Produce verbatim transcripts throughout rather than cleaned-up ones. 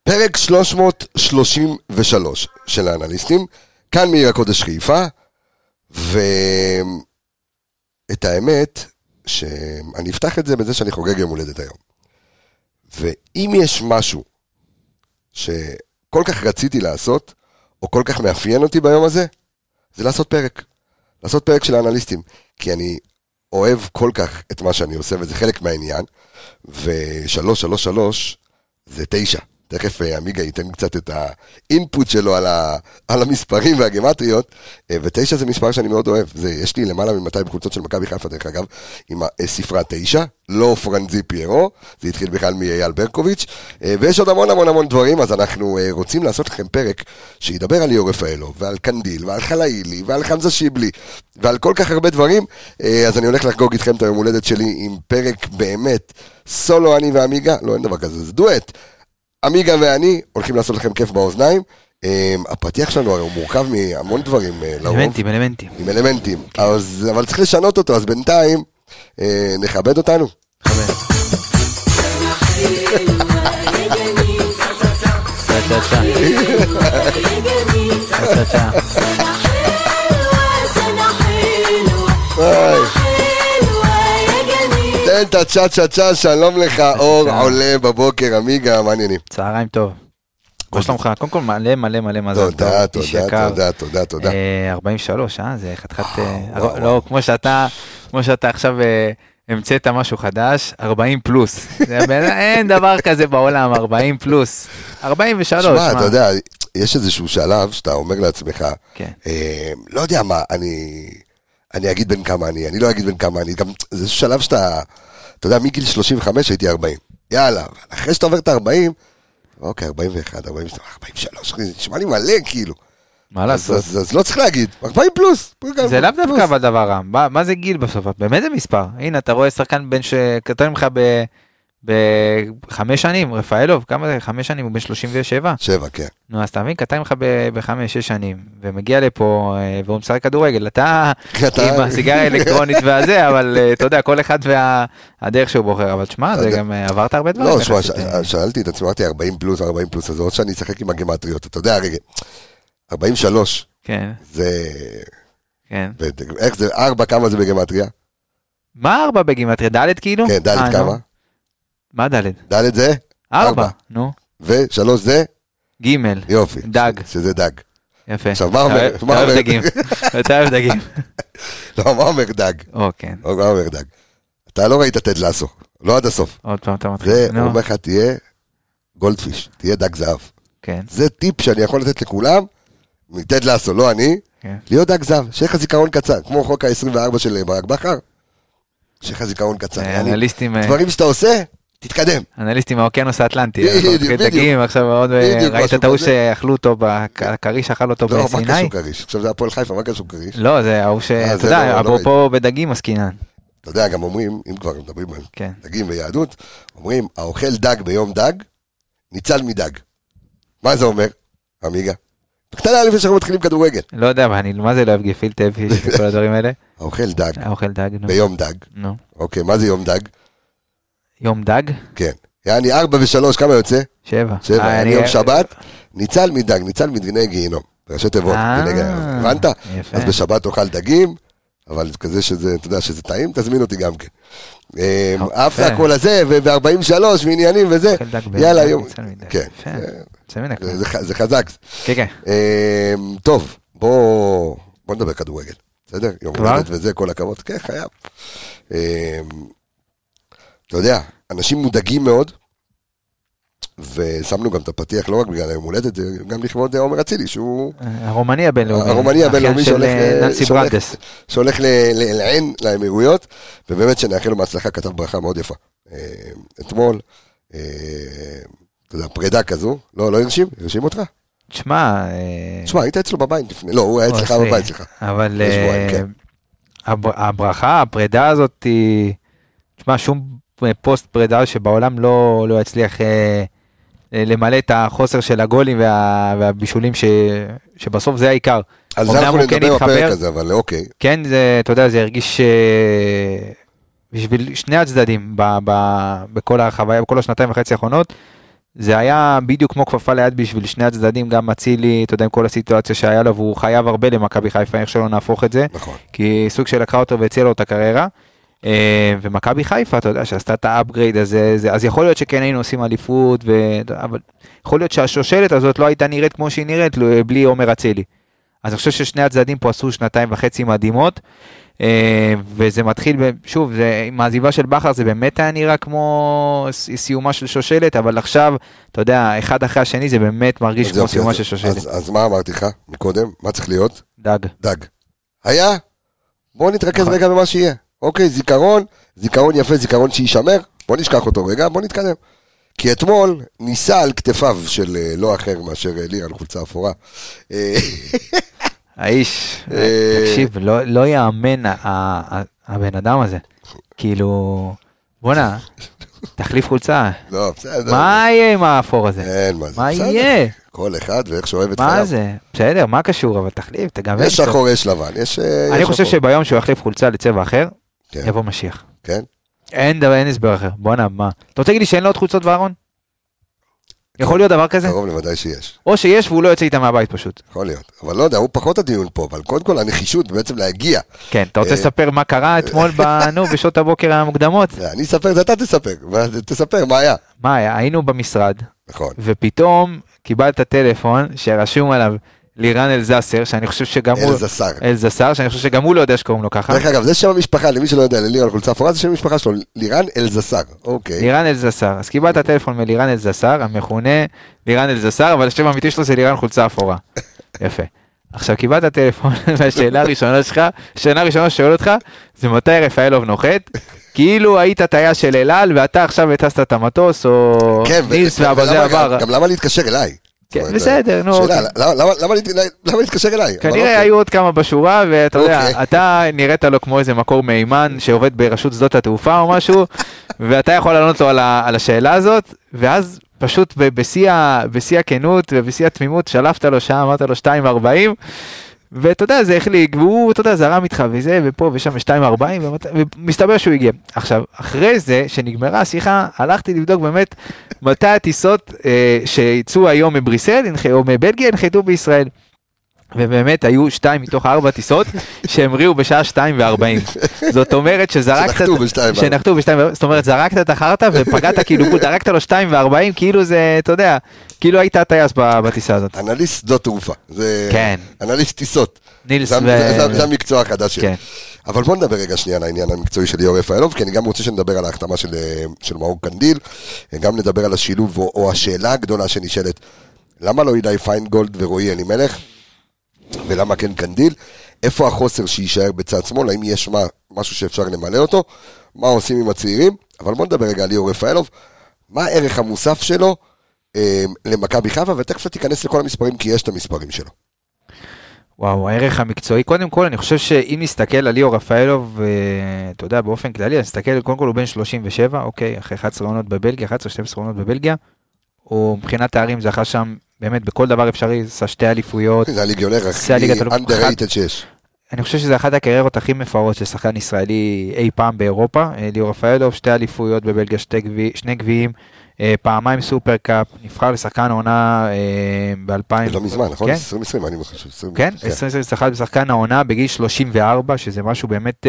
פרק שלוש מאות שלושים ושלוש של האנליסטים, כאן מעיר הקודש חיפה, ואת האמת, שאני אפתח את זה בזה שאני חוגג יום הולדת היום. ואם יש משהו שכל כך רציתי לעשות, או כל כך מאפיין אותי ביום הזה, זה לעשות פרק. לעשות פרק של האנליסטים. כי אני אוהב כל כך את מה שאני עושה, וזה חלק מהעניין, ושלוש, שלוש, שלוש, זה תשע. תכף עמיגה ייתן קצת את האינפוט שלו על, ה, על המספרים והגמטריות, ותשע זה מספר שאני מאוד אוהב. זה, יש לי למעלה מ-מאתיים קבוצות של מכבי חיפה, דרך אגב, עם הספרה תשע, לא פרנזי פיירו, זה התחיל בכלל מאייל ברקוביץ', ויש עוד המון המון המון דברים, אז אנחנו רוצים לעשות לכם פרק שידבר על ליאור רפאלוב, ועל קנדיל, ועל חלאילי, ועל חמזה שיבלי, ועל כל כך הרבה דברים, אז אני הולך לחגוג איתכם את היום הולדת שלי עם פרק באמת סולו אני ועמיגה, לא אין דבר כזה, זה דואט. עמיגה ואני הולכים לעשות לכם כיף באוזניים. הפתיח שלנו הרי הוא מורכב מהמון דברים. אלמנטים, אלמנטים. עם אלמנטים. אבל צריך לשנות אותו, אז בינתיים נכבד אותנו. נכבד. תן את הצ'אט צ'אט צ'אט, שלום לך, אור עולה בבוקר, עמיגה, מעניינים. צהריים טוב. מה שלומך? קודם כל מלא מלא מלא מזל טוב. תודה, תודה, תודה, תודה, תודה. ארבעים ושלוש, אה? זה חתיכת... לא, כמו שאתה, כמו שאתה עכשיו המצאת משהו חדש, ארבעים פלוס. אין דבר כזה בעולם, ארבעים פלוס. ארבעים ושלוש. שמע, אתה יודע, יש איזשהו שלב שאתה אומר לעצמך, לא יודע מה, אני... אני אגיד בין כמה אני, אני לא אגיד בין כמה אני, גם זה שלב שאתה, אתה יודע, מגיל שלושים וחמש הייתי ארבעים, יאללה, אחרי שאתה עובר את ה-ארבעים, אוקיי, ארבעים ואחת, ארבעים ושתיים, ארבעים ושלוש, נשמע לי מלא כאילו. מה לעשות? אז, אז, אז לא צריך להגיד, ארבעים פלוס. זה לאו דווקא בדבר רם, מה, מה זה גיל בסוף? באמת זה מספר, הנה אתה רואה שחקן בין שקטן ממך ב... בחמש שנים, רפאלוב, כמה זה? חמש שנים, הוא בן שלושים ושבע? שבע, כן. נו, אז תאמין, קטן ממך בחמש, שש שנים, ומגיע לפה, והוא משחק כדורגל, אתה עם הסיגריה האלקטרונית והזה, אבל אתה יודע, כל אחד והדרך שהוא בוחר, אבל תשמע, זה גם עברת הרבה דברים. לא, שמע, שאלתי את עצמי, אמרתי ארבעים פלוס, ארבעים פלוס, אז עוד שאני אשחק עם הגמטריות, אתה יודע, רגע, ארבעים ושלוש, זה... כן. איך זה, ארבע, כמה זה בגמטריה? מה ארבע בגמטריה? ד' כאילו? כן, ד' כמה? מה ד'? ד' זה? ארבע, נו. ושלוש זה? ג'. יופי. דג. שזה דג. יפה. עכשיו, מה אומר? אתה אוהב דגים. אתה אוהב דגים. לא, מה אומר דג? או, כן. מה אומר דג? אתה לא ראית תד לאסו, לא עד הסוף. עוד פעם אתה מתחיל. זה אומר לך, תהיה גולדפיש, תהיה דג זהב. כן. זה טיפ שאני יכול לתת לכולם, מתד לאסו, לא אני, להיות דג זהב, שיהיה לך זיכרון קצר, כמו חוק ה-עשרים וארבע של ברק בכר, שיהיה לך זיכרון קצר. אנליסטים... דברים שאתה עושה, תתקדם. אנליסטים מהאוקיינוס האטלנטי. דגים, עכשיו עוד ראית את ההוא שאכלו אותו, הקריש אכל אותו בסיני? לא, מה קשור קריש? עכשיו זה הפועל חיפה, מה קשור קריש? לא, זה ההוא ש... אתה יודע, אפרופו בדגים עסקינן. אתה יודע, גם אומרים, אם כבר מדברים על דגים ויהדות, אומרים, האוכל דג ביום דג, ניצל מדג. מה זה אומר, עמיגה? קטנה לפני שאנחנו מתחילים כדורגל. לא יודע, אבל אני, מה זה לא אוהב גפילטה וכל הדברים האלה? האוכל דג. האוכל דג, נו. ביום דג. נו. אוקיי, מה זה יום דג? יום דג? כן. יעני ארבע ושלוש, כמה יוצא? שבע. שבע, יעני יום שבת, ניצל מדג, ניצל מדגני גיהינום. בראשי תיבות, דיני גיהינום. הבנת? יפה. אז בשבת תאכל דגים, אבל כזה שזה, אתה יודע, שזה טעים, תזמין אותי גם כן. אף הכל הזה, ו-ארבעים ושלוש, ועניינים וזה. יאללה, יום. כן. זה חזק. כן, כן. טוב, בוא נדבר כדורגל. בסדר? יום הולדת וזה, כל הכבוד. כן, חייב. אתה יודע, אנשים מודאגים מאוד, ושמנו גם את הפתיח, לא רק בגלל היום הולדת, גם לכבוד עומר אצילי, שהוא... הרומני הבינלאומי. הרומני הבינלאומי שהולך לעין לאמירויות, ובאמת שנאחל לו מהצלחה, כתב ברכה מאוד יפה. אתמול, אתה יודע, פרידה כזו, לא, לא הרשים? הרשים אותך? תשמע... תשמע, היית אצלו בבית לפני, לא, הוא היה אצלך בבית, סליחה. אבל הברכה, הפרידה הזאת היא... תשמע, שום פוסט פרידה שבעולם לא, לא יצליח אה, למלא את החוסר של הגולים וה, והבישולים ש, שבסוף זה העיקר. על זה אנחנו נדבר בפרק הזה, אבל אוקיי. כן, זה, אתה יודע, זה הרגיש אה, בשביל שני הצדדים ב, ב, בכל החוויה, בכל השנתיים וחצי האחרונות, זה היה בדיוק כמו כפפה ליד בשביל שני הצדדים, גם מצילי, אתה יודע, עם כל הסיטואציה שהיה לו, והוא חייב הרבה למכבי חיפה, איך שלא נהפוך את זה, נכון. כי סוג של לקחה אותו והציע לו את הקריירה, ומכבי חיפה, אתה יודע, שעשתה את האפגרייד הזה, אז יכול להיות שכן היינו עושים אליפות, אבל יכול להיות שהשושלת הזאת לא הייתה נראית כמו שהיא נראית, בלי עומר אצילי. אז אני חושב ששני הצדדים פה עשו שנתיים וחצי מדהימות, וזה מתחיל, שוב, עם העזיבה של בכר זה באמת היה נראה כמו סיומה של שושלת, אבל עכשיו, אתה יודע, אחד אחרי השני זה באמת מרגיש כמו סיומה של שושלת. אז מה אמרתי לך מקודם? מה צריך להיות? דג. דג. היה? בואו נתרכז רגע במה שיהיה. אוקיי, זיכרון, זיכרון יפה, זיכרון שישמר, בואו נשכח אותו רגע, בואו נתקדם. כי אתמול ניסה על כתפיו של לא אחר מאשר לירן חולצה אפורה. האיש, תקשיב, לא יאמן הבן אדם הזה. כאילו, בוא'נה, תחליף חולצה. לא, בסדר. מה יהיה עם האפור הזה? אין, מה זה? מה יהיה? כל אחד ואיך שאוהב את חייו. מה זה? בסדר, מה קשור? אבל תחליף, תגוון. יש שחור, יש לבן. אני חושב שביום שהוא יחליף חולצה לצבע אחר, יבוא משיח. כן? אין דבר, אין הסבר אחר. בוא'נה, מה? אתה רוצה להגיד לי שאין לו עוד חולצות בארון? יכול להיות דבר כזה? קרוב לוודאי שיש. או שיש והוא לא יוצא איתם מהבית פשוט. יכול להיות. אבל לא יודע, הוא פחות הדיון פה, אבל קודם כל הנחישות בעצם להגיע. כן, אתה רוצה לספר מה קרה אתמול בנו בשעות הבוקר המוקדמות? אני אספר, זה אתה תספר. תספר, מה היה? מה היה? היינו במשרד. נכון. ופתאום קיבלת טלפון שרשום עליו לירן אלזסר, שאני חושב שגם הוא... אלזסר. אלזסר, שאני חושב שגם הוא לא יודע שקוראים לו ככה. דרך אגב, זה שם המשפחה, למי שלא יודע, ללירן חולצה אפורה, זה שם המשפחה שלו, לירן אלזסר. אוקיי. לירן אלזסר. אז קיבלת טלפון מלירן אלזסר, המכונה לירן אלזסר, אבל השם האמיתי שלו זה לירן חולצה אפורה. יפה. עכשיו קיבלת טלפון, והשאלה הראשונה שלך, השאלה הראשונה ששואל אותך, זה מתי רפאלוב נוחת? כאילו היית טייס של אל-על, ואתה עכשיו הטסת את המטוס, או ניס והבזה עבר. גם למה להתקשר אליי? כן, בסדר, נו. שאלה, למה להתקשר אליי? כנראה היו עוד כמה בשורה, ואתה יודע, אתה נראית לו כמו איזה מקור מימן, שעובד ברשות שדות התעופה או משהו, ואתה יכול לענות לו על השאלה הזאת, ואז פשוט בשיא הכנות ובשיא התמימות, שלפת לו שעה, אמרת לו שתיים ארבעים, ואתה יודע, זה החליק, והוא, אתה יודע, זרם איתך וזה, ופה ושם שתיים ארבעים, ומסתבר שהוא הגיע. עכשיו, אחרי זה, שנגמרה השיחה, הלכתי לבדוק באמת מתי הטיסות אה, שיצאו היום מבריסל, או מבלגיה, הנחתו בישראל. ובאמת היו שתיים מתוך ארבע טיסות שהמריאו בשעה שתיים וארבעים. זאת אומרת שזרקת... שנחתו בשתיים וארבעים. שנחתו בשתיים וארבעים. זאת אומרת, זרקת את החרטה ופגעת כאילו, זרקת לו שתיים וארבעים, כאילו זה, אתה יודע, כאילו היית הטייס בטיסה הזאת. אנליסט שדות תעופה. כן. אנליסט טיסות. נילס ו... זה המקצוע החדש שלי. אבל בוא נדבר רגע שנייה על העניין המקצועי של ליאור רפאלוב, כי אני גם רוצה שנדבר על ההחתמה של, של מאור קנדיל, גם נדבר על השילוב או, או השאלה הגדולה שנשאלת, למה לא אילי פיינגולד ורועי אלימלך? ולמה כן קנדיל? איפה החוסר שישאר בצד שמאל? האם יש מה, משהו שאפשר למלא אותו? מה עושים עם הצעירים? אבל בוא נדבר רגע על ליאור רפאלוב, מה הערך המוסף שלו אה, למכבי חיפה, ותכף תיכנס לכל המספרים, כי יש את המספרים שלו. וואו, הערך המקצועי, קודם כל, אני חושב שאם נסתכל על ליאור רפאלוב, אתה יודע, באופן כללי, נסתכל, קודם כל הוא בן שלושים ושבע, אוקיי, אחרי אחת עשרה עונות בבלגיה, אחת עשרה שתים עשרה עונות בבלגיה, הוא מבחינת תארים זכה שם, באמת, בכל דבר אפשרי, עשה שתי אליפויות. זה הליגיונר הכי underrated שיש. אני חושב שזה אחת הקריירות הכי מפוארות של שחקן ישראלי אי פעם באירופה, ליאור רפאלוב, שתי אליפויות בבלגיה, שני גביעים, פעמיים סופר קאפ, נבחר לשחקן העונה ב-אלפיים. לא מזמן, נכון? עשרים עשרים, אני חושב. כן, עשרים עשרים שחקן בשחקן העונה בגיל שלושים וארבע, שזה משהו באמת,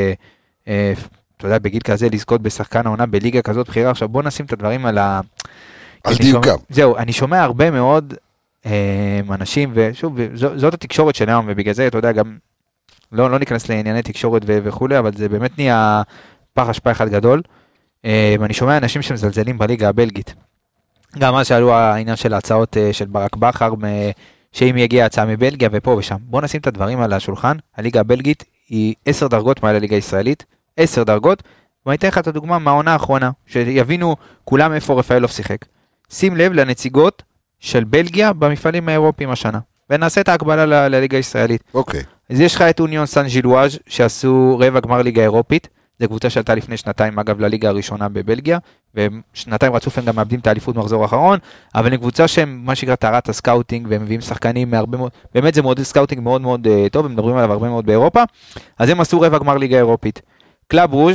אתה יודע, בגיל כזה לזכות בשחקן העונה בליגה כזאת בחירה. עכשיו בוא נשים את הדברים על ה... על דיוקם. זהו, אני שומע הרבה מאוד אנשים, ושוב, זאת התקשורת של היום, ובגלל זה, אתה יודע, גם לא ניכנס לענייני תקשורת וכו', אבל זה באמת נהיה פח אשפה אחד גדול. אני שומע אנשים שמזלזלים בליגה הבלגית. גם אז שאלו העניין של ההצעות של ברק בכר, שאם יגיע הצעה מבלגיה ופה ושם. בואו נשים את הדברים על השולחן. הליגה הבלגית היא עשר דרגות מעל הליגה הישראלית, עשר דרגות, ואני אתן לך את הדוגמה מהעונה האחרונה, שיבינו כולם איפה רפאלוב שיחק. שים לב לנציגות של בלגיה במפעלים האירופיים השנה, ונעשה את ההקבלה לליגה הישראלית. אוקיי. אז יש לך את אוניון סן ז'ילואז' שעשו רבע גמר ליגה אירופית, זו קבוצה שעלתה לפני שנתיים, אגב, לליגה הראשונה בבלגיה, ושנתיים רצוף הם גם מאבדים את האליפות מחזור האחרון, אבל היא קבוצה שהם, מה שנקרא, טהרת הסקאוטינג, והם מביאים שחקנים מהרבה מאוד, באמת זה מודל סקאוטינג מאוד מאוד טוב, הם מדברים עליו הרבה מאוד באירופה, אז הם עשו רבע גמר ליגה אירופית. קלאב רוז',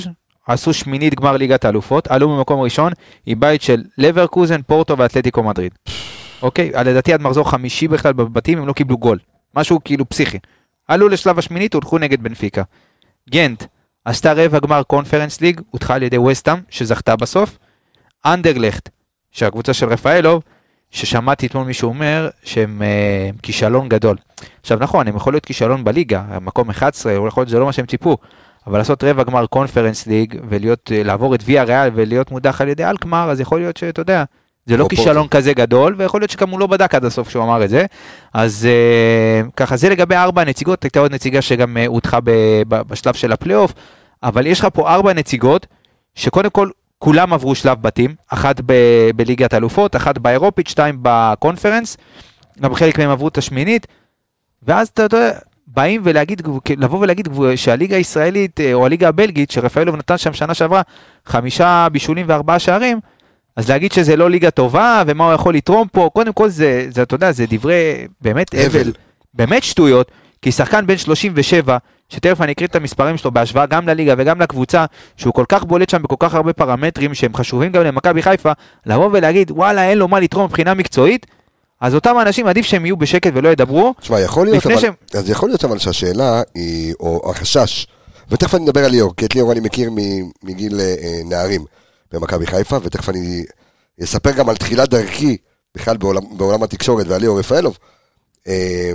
עשו שמינית גמר ליגת האלופות, עלו במקום ראשון, היא בית של לברקוזן, פורטו ואתלטיקו מדריד. אוקיי? לדעתי עד מחזור חמישי בכלל בבתים, הם לא קיבלו גול. משהו כאילו פסיכי. עלו לשלב השמינית, הולכו נגד בנפיקה. גנט, עשתה רבע גמר קונפרנס ליג, הודחה על ידי וסטהאם, שזכתה בסוף. אנדרלכט, שהקבוצה של רפאלוב, ששמעתי אתמול מישהו אומר, שהם אה, כישלון גדול. עכשיו נכון, הם יכול להיות כישלון בליגה, מקום אחת עשרה, או יכול להיות זה לא מה שהם ציפו, אבל לעשות רבע גמר קונפרנס ליג, ולהיות, לעבור את ויה ריאל, ולהיות מודח על ידי אלקמר, אז יכול להיות שאתה יודע, זה לא כישלון כזה גדול, ויכול להיות שגם הוא לא בדק עד הסוף כשהוא אמר את זה. אז uh, ככה, זה לגבי ארבע הנציגות, הייתה עוד נציגה שגם uh, הודחה בשלב של הפלייאוף, אבל יש לך פה ארבע נציגות, שקודם כל כולם עברו שלב בתים, אחת ב- בליגת אלופות, אחת באירופית, שתיים בקונפרנס, גם חלק מהם עברו את השמינית, ואז אתה יודע, באים ולהגיד, לבוא ולהגיד שהליגה הישראלית, או הליגה הבלגית, שרפאלוב נתן שם שנה שעברה, חמישה בישולים וארבעה שערים, אז להגיד שזה לא ליגה טובה, ומה הוא יכול לתרום פה, קודם כל זה, זה אתה יודע, זה דברי באמת אבל, באמת שטויות, כי שחקן בן שלושים ושבע, שתכף אני אקריא את המספרים שלו, בהשוואה גם לליגה וגם לקבוצה, שהוא כל כך בולט שם בכל כך הרבה פרמטרים, שהם חשובים גם למכבי חיפה, לבוא ולהגיד, וואלה, אין לו מה לתרום מבחינה מקצועית, אז אותם האנשים עדיף שהם יהיו בשקט ולא ידברו. תשמע, יכול להיות, אבל, שהם... אז יכול להיות אבל שהשאלה היא, או החשש, ותכף אני מדבר על ליאור, כי את ליאור אני מכיר מגיל אה, נערים במכבי חיפה, ותכף אני אספר גם על תחילת דרכי, בכלל בעולם, בעולם התקשורת, ועל ליאור רפאלוב, אה,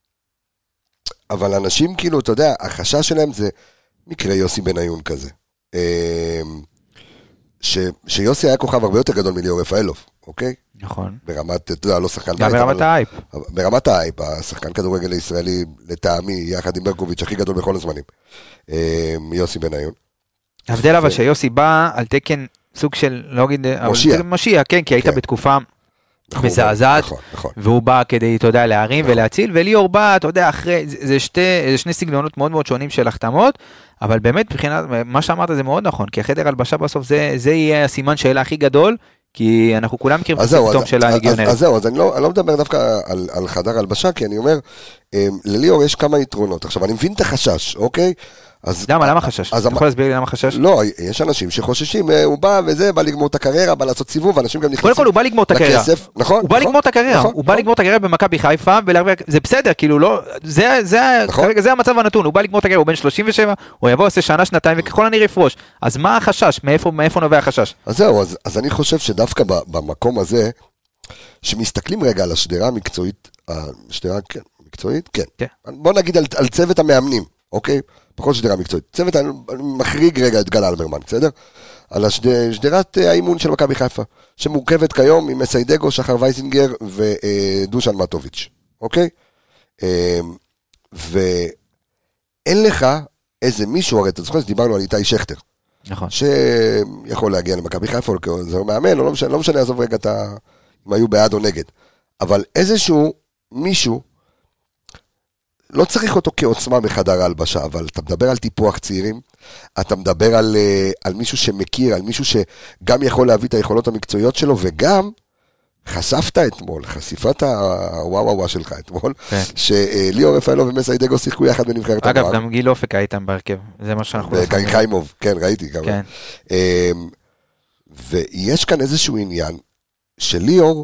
אבל אנשים כאילו, אתה יודע, החשש שלהם זה מקרה יוסי בניון כזה. אה, ש, שיוסי היה כוכב הרבה יותר גדול מליאור רפאלוב, אוקיי? נכון. ברמת, אתה יודע, לא שחקן... גם ברמת האייפ. ברמת האייפ, השחקן כדורגל הישראלי, לטעמי, יחד עם ברקוביץ', הכי גדול בכל הזמנים. יוסי בניון. הבדל אבל שיוסי בא על תקן סוג של, לא אגיד... מושיע. מושיע, כן, כי היית בתקופה מזעזעת, והוא בא כדי, אתה יודע, להרים ולהציל, וליאור בא, אתה יודע, אחרי, זה שני סגנונות מאוד מאוד שונים של החתמות, אבל באמת, מבחינת, מה שאמרת זה מאוד נכון, כי החדר הלבשה בסוף, זה יהיה הסימן שאלה הכי גדול, כי אנחנו כולם מכירים את הסימפטום של הליגיונר. אז זהו, אז אני לא מדבר דווקא על חדר הלבשה, כי אני אומר, לליאור יש כמה יתרונות. עכשיו, אני מבין את החשש, אוקיי? למה, למה חשש? אתה יכול להסביר לי למה חשש? לא, יש אנשים שחוששים, הוא בא וזה, בא לגמור את הקריירה, בא לעשות סיבוב, אנשים גם נכנסים קודם כל הוא בא לגמור את הקריירה. נכון? הוא בא לגמור את הקריירה, הוא בא לגמור את הקריירה במכבי חיפה, זה בסדר, כאילו לא, זה המצב הנתון, הוא בא לגמור את הקריירה, הוא בן שלושים ושבע, הוא יבוא עושה שנה, שנתיים, וככל הנראה יפרוש. אז מה החשש? מאיפה נובע החשש? אז זהו, אז אני חושב שדווקא במקום הזה, שמסתכלים רגע על השדרה המקצועית, השדרה מקצועית, כן. בוא נגיד על צוות המאמנים, אוקיי? פחות שדרה מקצועית. צוות, אני מחריג רגע את גל אלברמן, בסדר? על השדרת האימון של מכבי חיפה, שמורכבת כיום עם מסיידגו, שחר וייזינגר ודושן מטוביץ', אוקיי? ואין לך איזה מישהו, הרי אתה זוכר, דיברנו על איתי שכטר. נכון. שיכול להגיע למכבי חיפה, או זה מאמן, או לא משנה, לא משנה, עזוב רגע את ה... אם היו בעד או נגד. אבל איזשהו מישהו, לא צריך אותו כעוצמה בחדר ההלבשה, אבל אתה מדבר על טיפוח צעירים, אתה מדבר על, על מישהו שמכיר, על מישהו שגם יכול להביא את היכולות המקצועיות שלו, וגם חשפת אתמול, חשיפת הוואו וואו שלך אתמול, כן. שליאור רפאלוב ומסיידגו שיחקו יחד בנבחרת אגב, הנוער. גם גיל אופק הייתם בהרכב, זה מה שאנחנו... וגיא חיימוב, כן, ראיתי גם. כן. ויש כאן איזשהו עניין, שליאור,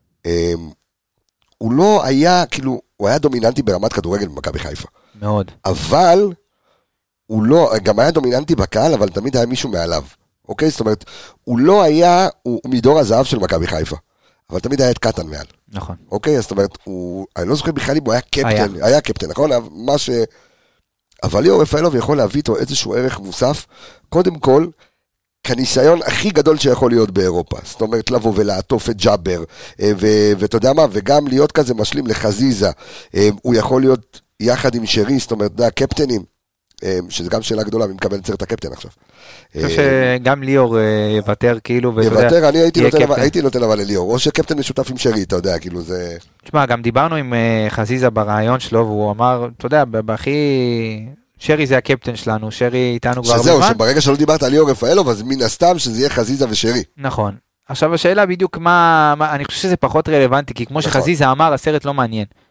הוא לא היה, כאילו, הוא היה דומיננטי ברמת כדורגל במכבי חיפה. מאוד. אבל, הוא לא, גם היה דומיננטי בקהל, אבל תמיד היה מישהו מעליו. אוקיי? זאת אומרת, הוא לא היה, הוא מדור הזהב של מכבי חיפה. אבל תמיד היה את קטן מעל. נכון. אוקיי? זאת אומרת, הוא, אני לא זוכר בכלל אם הוא היה קפטן. היה, היה קפטן, נכון? מה ש... אבל ליאור רפאלוב יכול להביא איתו איזשהו ערך מוסף. קודם כל, כניסיון הכי גדול שיכול להיות באירופה. זאת אומרת, לבוא ולעטוף את ג'אבר, ואתה יודע מה, וגם להיות כזה משלים לחזיזה. הוא יכול להיות יחד עם שרי, זאת אומרת, הקפטנים, שזה גם שאלה גדולה, מי מקבל לצר את הקפטן עכשיו. אני חושב שגם ליאור יוותר כאילו, יוותר, אני הייתי נותן אבל לליאור, או שקפטן משותף עם שרי, אתה יודע, כאילו זה... תשמע, גם דיברנו עם חזיזה ברעיון שלו, והוא אמר, אתה יודע, בהכי... שרי זה הקפטן שלנו, שרי איתנו כבר... שזהו, שברגע שלא דיברת על ליאור רפאלוב, אז מן הסתם שזה יהיה חזיזה ושרי. נכון. עכשיו השאלה בדיוק מה... אני חושב שזה פחות רלוונטי, כי כמו שחזיזה אמר, הסרט לא מעניין.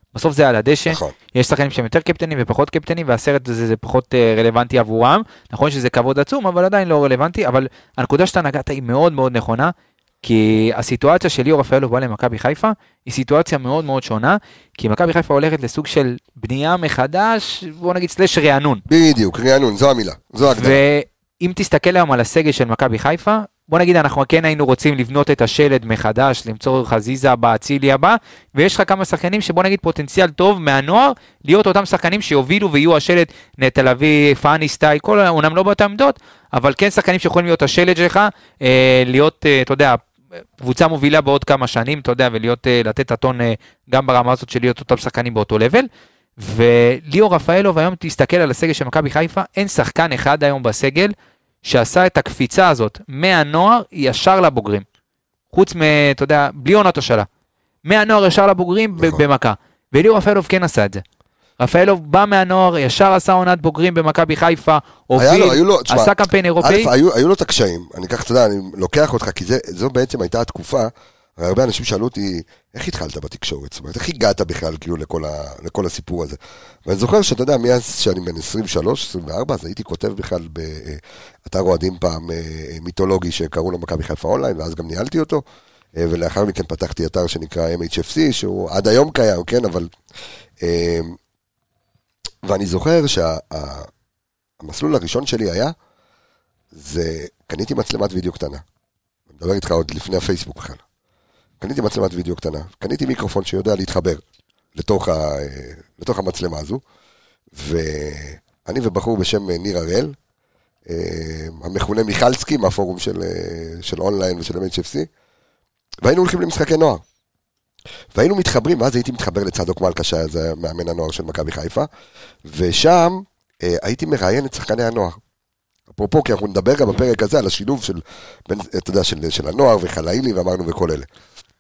בסוף זה על הדשא, נכון. יש שחקנים שהם יותר קפטנים ופחות קפטנים, והסרט הזה זה פחות רלוונטי עבורם, נכון שזה כבוד עצום, אבל עדיין לא רלוונטי, אבל הנקודה שאתה נגעת היא מאוד מאוד נכונה, כי הסיטואציה של ליאור רפאלוב בא למכבי חיפה, היא סיטואציה מאוד מאוד שונה, כי מכבי חיפה הולכת לסוג של בנייה מחדש, בוא נגיד סלש רענון. בדיוק, רענון, זו המילה, זו ההגדרה. ואם תסתכל היום על הסגל של מכבי חיפה, בוא נגיד אנחנו כן היינו רוצים לבנות את השלד מחדש, למצוא חזיזה הבא, צילי הבא, ויש לך כמה שחקנים שבוא נגיד פוטנציאל טוב מהנוער, להיות אותם שחקנים שיובילו ויהיו השלד נטע לביא, פאני סטאי, כל העונם לא באותה עמדות, אבל כן שחקנים שיכולים להיות השלד שלך, להיות, אתה יודע, קבוצה מובילה בעוד כמה שנים, אתה יודע, ולהיות, לתת את הטון גם ברמה הזאת של להיות אותם שחקנים באותו לבל, וליאור רפאלוב היום תסתכל על הסגל של מכבי חיפה, אין שחקן אחד היום בסגל שעשה את הקפיצה הזאת מהנוער ישר לבוגרים. חוץ מ, אתה יודע, בלי עונת השאלה. מהנוער ישר לבוגרים במכה. וליאור רפאלוב כן עשה את זה. רפאלוב בא מהנוער, ישר עשה עונת בוגרים במכבי חיפה, הוביל, עשה קמפיין אירופאי. היו לו את הקשיים. אני כך, אתה יודע, אני לוקח אותך, כי זו בעצם הייתה התקופה, הרבה אנשים שאלו אותי, איך התחלת בתקשורת? זאת אומרת, איך הגעת בכלל כאילו לכל, ה, לכל הסיפור הזה? ואני זוכר שאתה יודע, מאז שאני בן עשרים ושלוש עשרים וארבע, אז הייתי כותב בכלל באתר אוהדים פעם מיתולוגי שקראו לו מכבי חיפה אונליין, ואז גם ניהלתי אותו, ולאחר מכן פתחתי אתר שנקרא אם אייץ' אף סי, שהוא עד היום קיים, כן, אבל... ואני זוכר שהמסלול הראשון שלי היה, זה קניתי מצלמת וידאו קטנה. אני מדבר איתך עוד לפני הפייסבוק בכלל. קניתי מצלמת וידאו קטנה, קניתי מיקרופון שיודע להתחבר לתוך, ה, לתוך המצלמה הזו, ואני ובחור בשם ניר הראל, המכונה מיכלסקי, מהפורום של, של אונליין ושל אם אייץ' אף סי, והיינו הולכים למשחקי נוער. והיינו מתחברים, ואז הייתי מתחבר לצדוק מלכה, שזה מאמן הנוער של מכבי חיפה, ושם הייתי מראיין את שחקני הנוער. אפרופו, כי אנחנו נדבר גם בפרק הזה על השילוב של, אתה יודע, של, של הנוער וחלאילי, ואמרנו וכל אלה.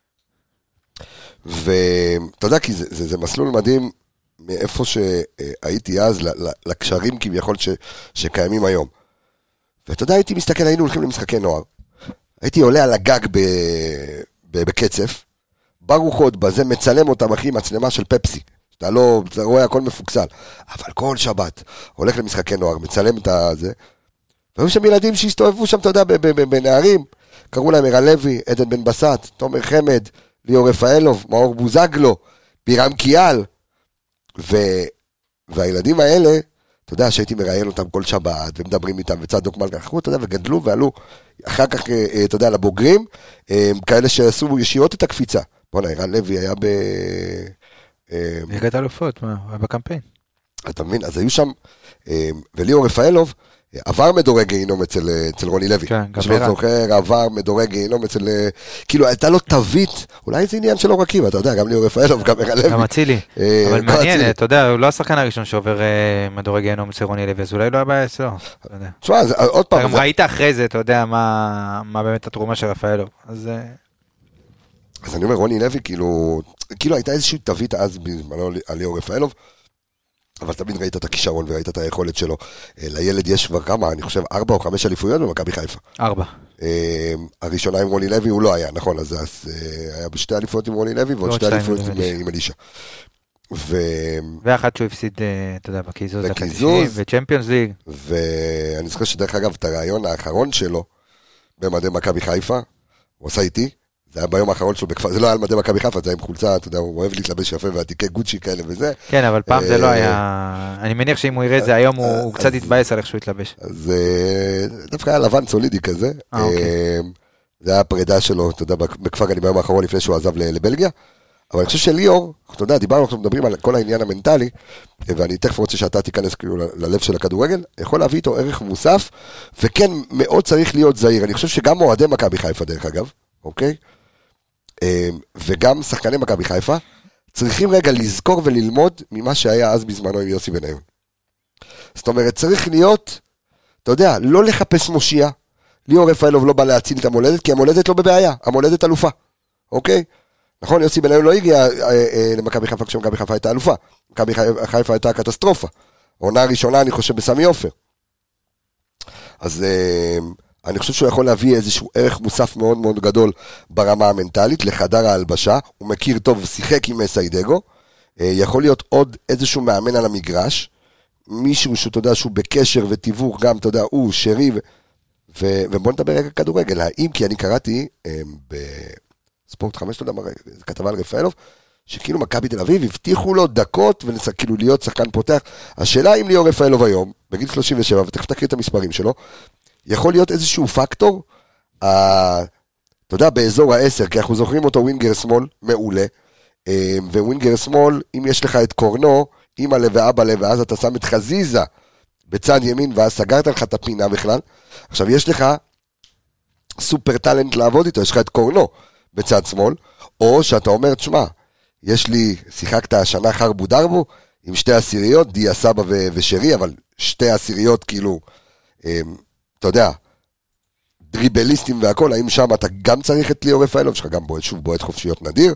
ואתה יודע, כי זה, זה, זה מסלול מדהים מאיפה שהייתי אז לקשרים כביכול ש, שקיימים היום. ואתה יודע, הייתי מסתכל, היינו הולכים למשחקי נוער, הייתי עולה על הגג ב, ב, בקצף, ברוחות בזה מצלם אותם אחי מצלמה של פפסי, אתה לא, אתה רואה הכל מפוקסל, אבל כל שבת הולך למשחקי נוער, מצלם את זה, והיו שם ילדים שהסתובבו שם, אתה יודע, בנערים, קראו להם ערן לוי, עדן בן בסט, תומר חמד, ליאור רפאלוב, מאור בוזגלו, פירם קיאל, ו... והילדים האלה, אתה יודע, שהייתי מראיין אותם כל שבת, ומדברים איתם, וצדוק מלכה, אתה יודע, וגדלו ועלו, אחר כך, אתה יודע, לבוגרים, כאלה שעשו ישירות את הקפיצה. בוא'נה, ערן לוי היה ב... ליגת האלופות, מה? היה בקמפיין. אתה מבין? אז היו שם, וליאור רפאלוב, עבר מדורג גיהינום אצל, אצל רוני לוי. כן, גם שלא זוכר, עבר מדורג גיהינום אצל... כאילו, הייתה לו תווית, אולי זה עניין של עורקים, אתה יודע, גם ליאור רפאלוב, גם ערן לוי. גם אצילי. אבל מעניין, אתה יודע, הוא לא השחקן הראשון שעובר מדורג גיהינום אצל רוני לוי, אז אולי לא הבעיה אצלו. תשמע, עוד פעם... גם ראית אחרי זה, אתה יודע, מה באמת התרומה של רפאלוב. אז... אז אני אומר, רוני לוי, כאילו, כאילו הייתה איזושהי תווית אז בזמנו על ליאור רפאלוב, אבל תמיד ראית את הכישרון וראית את היכולת שלו. לילד יש כבר כמה, אני חושב, ארבע או חמש אליפויות במכבי חיפה. ארבע. הראשונה עם רוני לוי הוא לא היה, נכון, אז היה בשתי אליפויות עם רוני לוי, ועוד שתי אליפויות עם אלישע. ואחת שהוא הפסיד, אתה יודע, בקיזוז, וצ'מפיונס ליג. ואני זוכר שדרך אגב, את הרעיון האחרון שלו, במדי מכבי חיפה, הוא עשה איתי, זה היה ביום האחרון שלו בכפר, זה לא היה על מדי מכבי חיפה, זה היה עם חולצה, אתה יודע, הוא אוהב להתלבש יפה ועתיקי גוצ'י כאלה וזה. כן, אבל פעם זה לא היה, אני מניח שאם הוא יראה את זה היום, הוא קצת יתבאס על איך שהוא יתלבש. אז דווקא היה לבן סולידי כזה, זה היה הפרידה שלו, אתה יודע, בכפר גנים ביום האחרון לפני שהוא עזב לבלגיה, אבל אני חושב שליאור, אתה יודע, דיברנו, אנחנו מדברים על כל העניין המנטלי, ואני תכף רוצה שאתה תיכנס כאילו ללב של הכדורגל, יכול להביא איתו ערך מוסף, וכן, מאוד צריך להיות זהיר. אני חושב שגם אוהדי מכבי חיפה דרך אגב, אוקיי? וגם שחקני מכבי חיפה, צריכים רגע לזכור וללמוד ממה שהיה אז בזמנו עם יוסי בניון. זאת אומרת, צריך להיות, אתה יודע, לא לחפש מושיע, ליאור רפאלוב לא בא להציל את המולדת, כי המולדת לא בבעיה, המולדת אלופה, אוקיי? נכון, יוסי בניון לא הגיע למכבי חיפה כשמכבי חיפה הייתה אלופה, מכבי חיפה הייתה קטסטרופה, עונה ראשונה אני חושב בסמי עופר. אז אני חושב שהוא יכול להביא איזשהו ערך מוסף מאוד מאוד גדול ברמה המנטלית, לחדר ההלבשה, הוא מכיר טוב, שיחק עם סיידגו, יכול להיות עוד איזשהו מאמן על המגרש, מישהו שאתה יודע שהוא בקשר ותיווך גם, אתה יודע, הוא, שרי, ו... ו... ובוא נדבר רגע כדורגל, האם, כי אני קראתי בספורט חמש, אתה יודע מה, זה כתבה על רפאלוב, שכאילו מכבי תל אביב הבטיחו לו דקות, וכאילו להיות שחקן פותח, השאלה אם ליאור רפאלוב היום, בגיל שלושים ושבע, ותכף תקריא את המספרים שלו, יכול להיות איזשהו פקטור, ה... אתה יודע, באזור העשר, כי אנחנו זוכרים אותו ווינגר שמאל, מעולה, וווינגר שמאל, אם יש לך את קורנו, אמא לב ואבא לב, ואז אתה שם את חזיזה בצד ימין, ואז סגרת לך את הפינה בכלל. עכשיו, יש לך סופר טלנט לעבוד איתו, יש לך את קורנו בצד שמאל, או שאתה אומר, תשמע, יש לי, שיחקת השנה חרבו דרבו, עם שתי עשיריות, דיה סבא ו- ושרי, אבל שתי עשיריות כאילו, אתה יודע, דריבליסטים והכל, האם שם אתה גם צריך את ליאור רפאלוב, שלך גם בועט, שוב בועט חופשיות נדיר,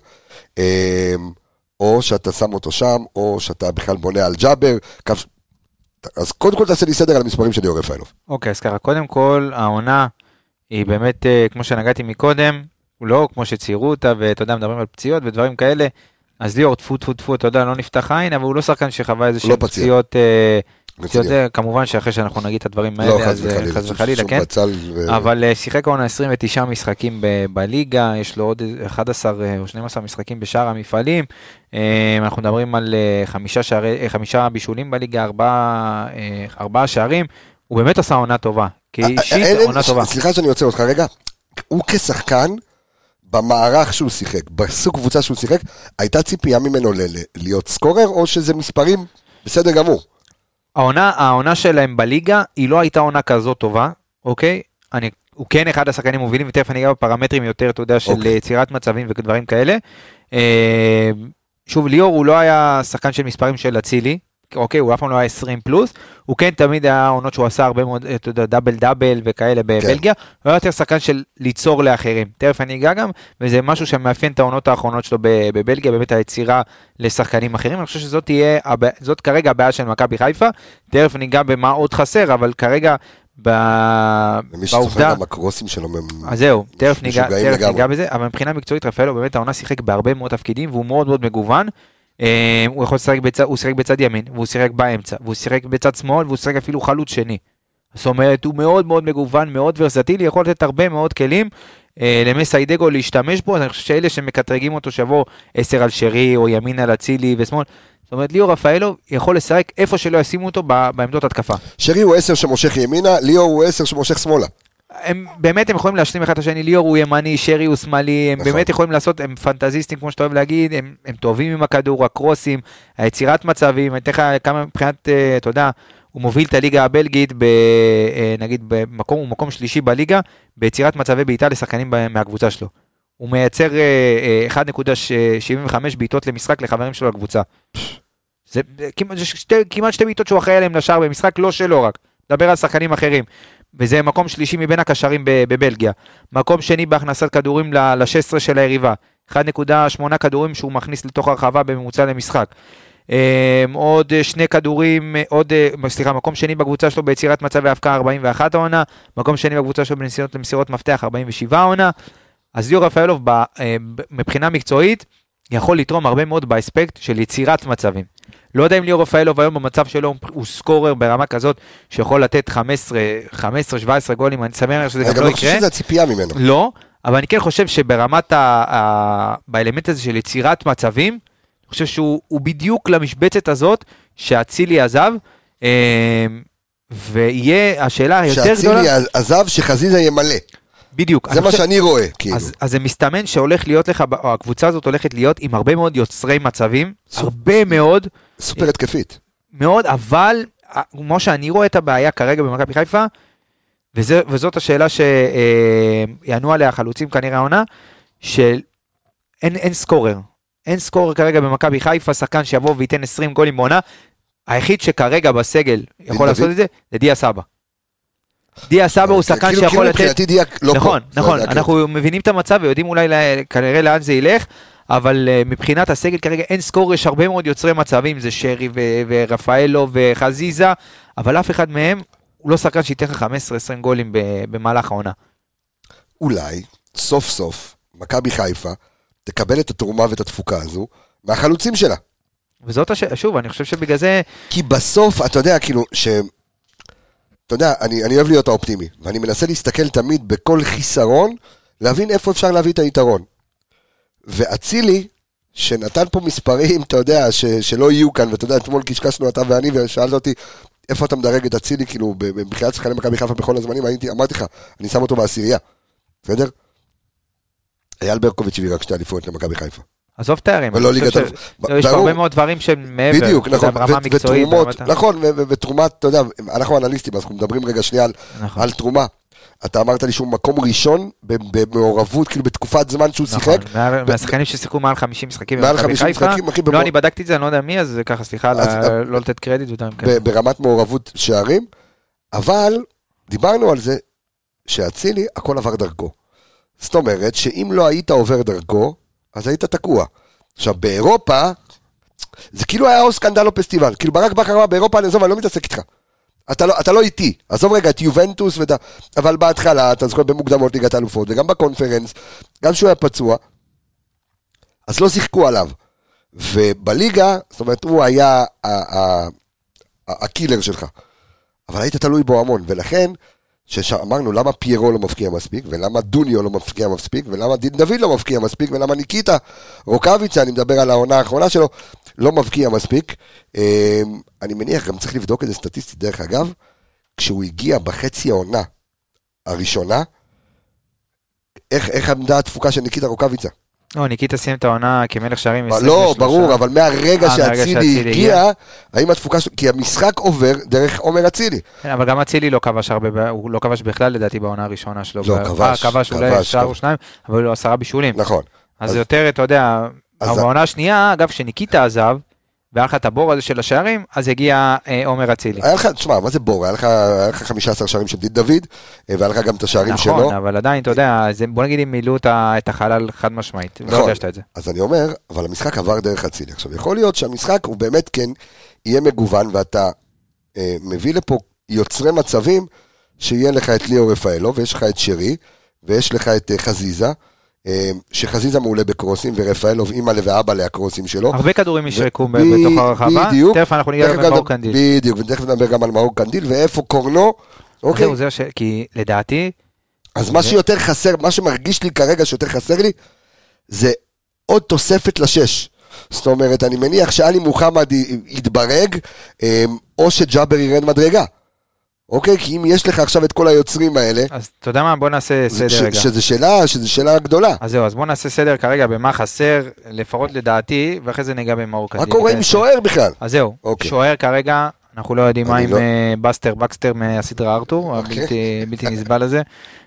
או שאתה שם אותו שם, או שאתה בכלל בונה על ג'אבר, אז קודם כל תעשה לי סדר על המספרים של ליאור רפאלוב. אוקיי, אז ככה, קודם כל, העונה היא באמת, כמו שנגעתי מקודם, הוא לא כמו שציירו אותה, ואתה יודע, מדברים על פציעות ודברים כאלה, אז ליאור, תפו, תפו, תפו, אתה יודע, לא נפתח עין, אבל הוא לא שחקן שחווה איזה שהן פציעות, פציעות זה, כמובן שאחרי שאנחנו נגיד את הדברים האלה, אז חס וחלילה, כן? אבל שיחק העונה עשרים ותשעה משחקים בליגה, יש לו עוד אחד עשר או שנים עשר משחקים בשאר המפעלים, אנחנו מדברים על חמישה בישולים בליגה, ארבעה שערים, הוא באמת עשה עונה טובה, כי אישית עונה טובה. סליחה שאני יוצא אותך רגע, הוא כשחקן, במערך שהוא שיחק, בסוג קבוצה שהוא שיחק, הייתה ציפייה ממנו להיות סקורר, או שזה מספרים בסדר גמור? העונה, העונה שלהם בליגה, היא לא הייתה עונה כזאת טובה, אוקיי? אני, הוא כן אחד השחקנים מובילים, ותכף אני אגע בפרמטרים יותר, אתה יודע, של אוקיי. יצירת מצבים ודברים כאלה. שוב, ליאור הוא לא היה שחקן של מספרים של אצילי, אוקיי, הוא אף פעם לא היה עשרים פלוס, הוא כן תמיד היה עונות שהוא עשה הרבה מאוד, אתה יודע, דאבל דאבל וכאלה בבלגיה, כן. הוא היה יותר שחקן של ליצור לאחרים, תכף אני אגע גם, וזה משהו שמאפיין את העונות האחרונות שלו בבלגיה, באמת היצירה לשחקנים אחרים, אני חושב שזאת תהיה, זאת כרגע הבעיה של מכבי חיפה, תכף אני אגע במה עוד חסר, אבל כרגע, למי שצריך גם הקרוסים שלו, אז זהו, תכף ניגע בזה, אבל מבחינה מקצועית רפאלו, באמת העונה שיחק בהרבה מאוד תפקידים, והוא מאוד מאוד מגוון, הוא יכול לשחק בצד, הוא שיחק בצד ימין, והוא שיחק באמצע, והוא שיחק בצד שמאל, והוא שיחק אפילו חלוץ שני. זאת אומרת, הוא מאוד מאוד מגוון, מאוד ורסטילי, יכול לתת הרבה מאוד כלים למסיידגו להשתמש בו, אז אני חושב שאלה שמקטרגים אותו שבו עשר על שרי, או ימין על אצילי ושמאל, זאת אומרת, ליאור רפאלוב יכול לשחק איפה שלא ישימו אותו בעמדות התקפה. שרי הוא עשר שמושך ימינה, ליאור הוא עשר שמושך שמאלה. הם באמת הם יכולים להשלים אחד את השני, ליאור הוא ימני, שרי הוא שמאלי, הם באמת יכולים לעשות, הם פנטזיסטים כמו שאתה אוהב להגיד, הם, הם טובים עם הכדור, הקרוסים, היצירת מצבים, אני אתן לך כמה מבחינת, אתה יודע, הוא מוביל את הליגה הבלגית, ב, נגיד במקום, הוא מקום שלישי בליגה, ביצירת מצבי בעיטה לשחקנים מהקבוצה שלו. הוא מייצר אחת נקודה שבעים וחמש בעיטות למשחק לחברים שלו לקבוצה. זה כמעט, שתי, כמעט שתי בעיטות שהוא אחראי עליהם לשער במשחק, לא שלו רק, דבר על שחקנים אחרים. וזה מקום שלישי מבין הקשרים בבלגיה. מקום שני בהכנסת כדורים ל-שש עשרה של היריבה. אחת נקודה שמונה כדורים שהוא מכניס לתוך הרחבה בממוצע למשחק. עוד שני כדורים, עוד, סליחה, מקום שני בקבוצה שלו ביצירת מצב והפקעה ארבעים ואחת העונה, מקום שני בקבוצה שלו בניסיונות למסירות מפתח ארבעים ושבע העונה. אז ליאור רפאלוב מבחינה מקצועית יכול לתרום הרבה מאוד באספקט של יצירת מצבים. לא יודע אם ליאור רפאלוב היום במצב שלו הוא סקורר ברמה כזאת שיכול לתת חמש עשרה שבע עשרה גולים, אני שמח שזה גם לא יקרה. אני לא חושב שזה הציפייה ממנו. לא, אבל אני כן חושב שברמת, באלמנט הזה של יצירת מצבים, אני חושב שהוא בדיוק למשבצת הזאת שהצילי עזב, ויהיה השאלה היותר גדולה. שהצילי עזב שחזיזה ימלא. בדיוק. זה מה שאני רואה, כאילו. אז, אז זה מסתמן שהולך להיות לך, או הקבוצה הזאת הולכת להיות עם הרבה מאוד יוצרי מצבים, הרבה מאוד. סופר התקפית. מאוד, אבל, כמו שאני רואה את הבעיה כרגע במכבי חיפה, וזה, וזאת השאלה שיענו עליה החלוצים כנראה העונה, של אין, אין סקורר. אין סקורר כרגע במכבי חיפה, שחקן שיבוא וייתן עשרים גולים בעונה, היחיד שכרגע בסגל יכול לעשות את זה, זה דיה סבא. דיה סבא הוא שחקן שיכול לתת, נכון, נכון, אנחנו מבינים את המצב ויודעים אולי כנראה לאן זה ילך, אבל מבחינת הסגל כרגע אין סקור, יש הרבה מאוד יוצרי מצבים, זה שרי ורפאלו וחזיזה, אבל אף אחד מהם הוא לא שחקן שייתן לך חמש עשרה עשרים גולים במהלך העונה. אולי, סוף סוף, מכבי חיפה תקבל את התרומה ואת התפוקה הזו מהחלוצים שלה. וזאת השאלה, שוב, אני חושב שבגלל זה... כי בסוף, אתה יודע, כאילו, ש... אתה יודע, אני, אני אוהב להיות האופטימי, ואני מנסה להסתכל תמיד בכל חיסרון, להבין איפה אפשר להביא את היתרון. ואצילי, שנתן פה מספרים, אתה יודע, ש, שלא יהיו כאן, ואתה יודע, אתמול קשקשנו אתה ואני, ושאלת אותי, איפה אתה מדרג את אצילי, כאילו, בכלל שחקני מכבי חיפה בכל הזמנים, הייתי, אמרתי לך, אני שם אותו בעשירייה, בסדר? אייל ברקוביץ' הביא רק שתי אליפויות למכבי חיפה. עזוב תארים, יש הרבה מאוד דברים שהם מעבר, בדיוק, נכון, ותרומות, נכון, ותרומת, אתה יודע, אנחנו אנליסטים, אז אנחנו מדברים רגע שנייה על תרומה. אתה אמרת לי שהוא מקום ראשון במעורבות, כאילו בתקופת זמן שהוא שיחק. נכון, מהשחקנים ששיחקו מעל חמישים משחקים במכבי חיפה. לא, אני בדקתי את זה, אני לא יודע מי, אז ככה, סליחה, לא לתת קרדיט. ברמת מעורבות שערים, אבל דיברנו על זה שאצילי, הכל עבר דרכו. זאת אומרת, שאם לא היית עובר דרכו, אז היית תקוע. עכשיו, באירופה, זה כאילו היה או סקנדל או פסטיבל. כאילו, ברק בכר באירופה, אני עזוב, אני לא מתעסק איתך. אתה לא, אתה לא איתי. עזוב רגע את יובנטוס, ודה... אבל בהתחלה, אתה זוכר במוקדמות ליגת האלופות, וגם בקונפרנס, גם שהוא היה פצוע, אז לא שיחקו עליו. ובליגה, זאת אומרת, הוא היה הקילר שלך. אבל היית תלוי בו המון, ולכן, שאמרנו למה פיירו לא מפקיע מספיק, ולמה דוניו לא מפקיע מספיק, ולמה דין דוד לא מפקיע מספיק, ולמה ניקיטה רוקאביצה, אני מדבר על העונה האחרונה שלו, לא מפקיע מספיק. אני מניח, גם צריך לבדוק את זה סטטיסטית דרך אגב, כשהוא הגיע בחצי העונה הראשונה, איך, איך עמדה התפוקה של ניקיטה רוקאביצה? לא, ניקיטה סיים את העונה כמלך שערים. לא, ברור, אבל מהרגע שאצילי הגיע, האם התפוקה שלו, כי המשחק עובר דרך עומר אצילי. אבל גם אצילי לא כבש הרבה, הוא לא כבש בכלל לדעתי בעונה הראשונה שלו. לא, כבש. כבש אולי שער או שניים, אבל הוא עשרה בישולים. נכון. אז יותר, אתה יודע, בעונה השנייה, אגב, שניקיטה עזב, והיה לך את הבור הזה של השערים, אז הגיע עומר אצילי. היה לך, תשמע, מה זה בור? היה לך חמישה עשר שערים של דין דוד, והיה לך גם את השערים שלו. נכון, אבל עדיין, אתה יודע, בוא נגיד אם מילאו את החלל חד משמעית. לא הרגשת את זה. אז אני אומר, אבל המשחק עבר דרך אצילי. עכשיו, יכול להיות שהמשחק הוא באמת כן יהיה מגוון, ואתה מביא לפה יוצרי מצבים, שיהיה לך את ליאור רפאלו, ויש לך את שרי, ויש לך את חזיזה, שחזיזה מעולה בקרוסים, ורפאלוב אימא ואבא להקרוסים שלו. הרבה כדורים ישרקו בתוך הרחבה, תכף אנחנו ניגע גם על מאור קנדיל. בדיוק, ותכף נדבר גם על מאור קנדיל, ואיפה קורנו. זהו, זהו, כי לדעתי... אז מה שיותר חסר, מה שמרגיש לי כרגע שיותר חסר לי, זה עוד תוספת לשש. זאת אומרת, אני מניח שאלי מוחמד יתברג, או שג'אבר ירד מדרגה. אוקיי, כי אם יש לך עכשיו את כל היוצרים האלה... אז אתה יודע מה, בוא נעשה סדר רגע. שזה שאלה, שזה שאלה גדולה. אז זהו, אז בוא נעשה סדר כרגע במה חסר, לפחות לדעתי, ואחרי זה ניגע במאור קנדיל. מה קורה עם שוער בכלל? אז זהו, שוער כרגע, אנחנו לא יודעים מה עם בסטר בקסטר מהסדרה ארתור, הבלתי נסבל הזה.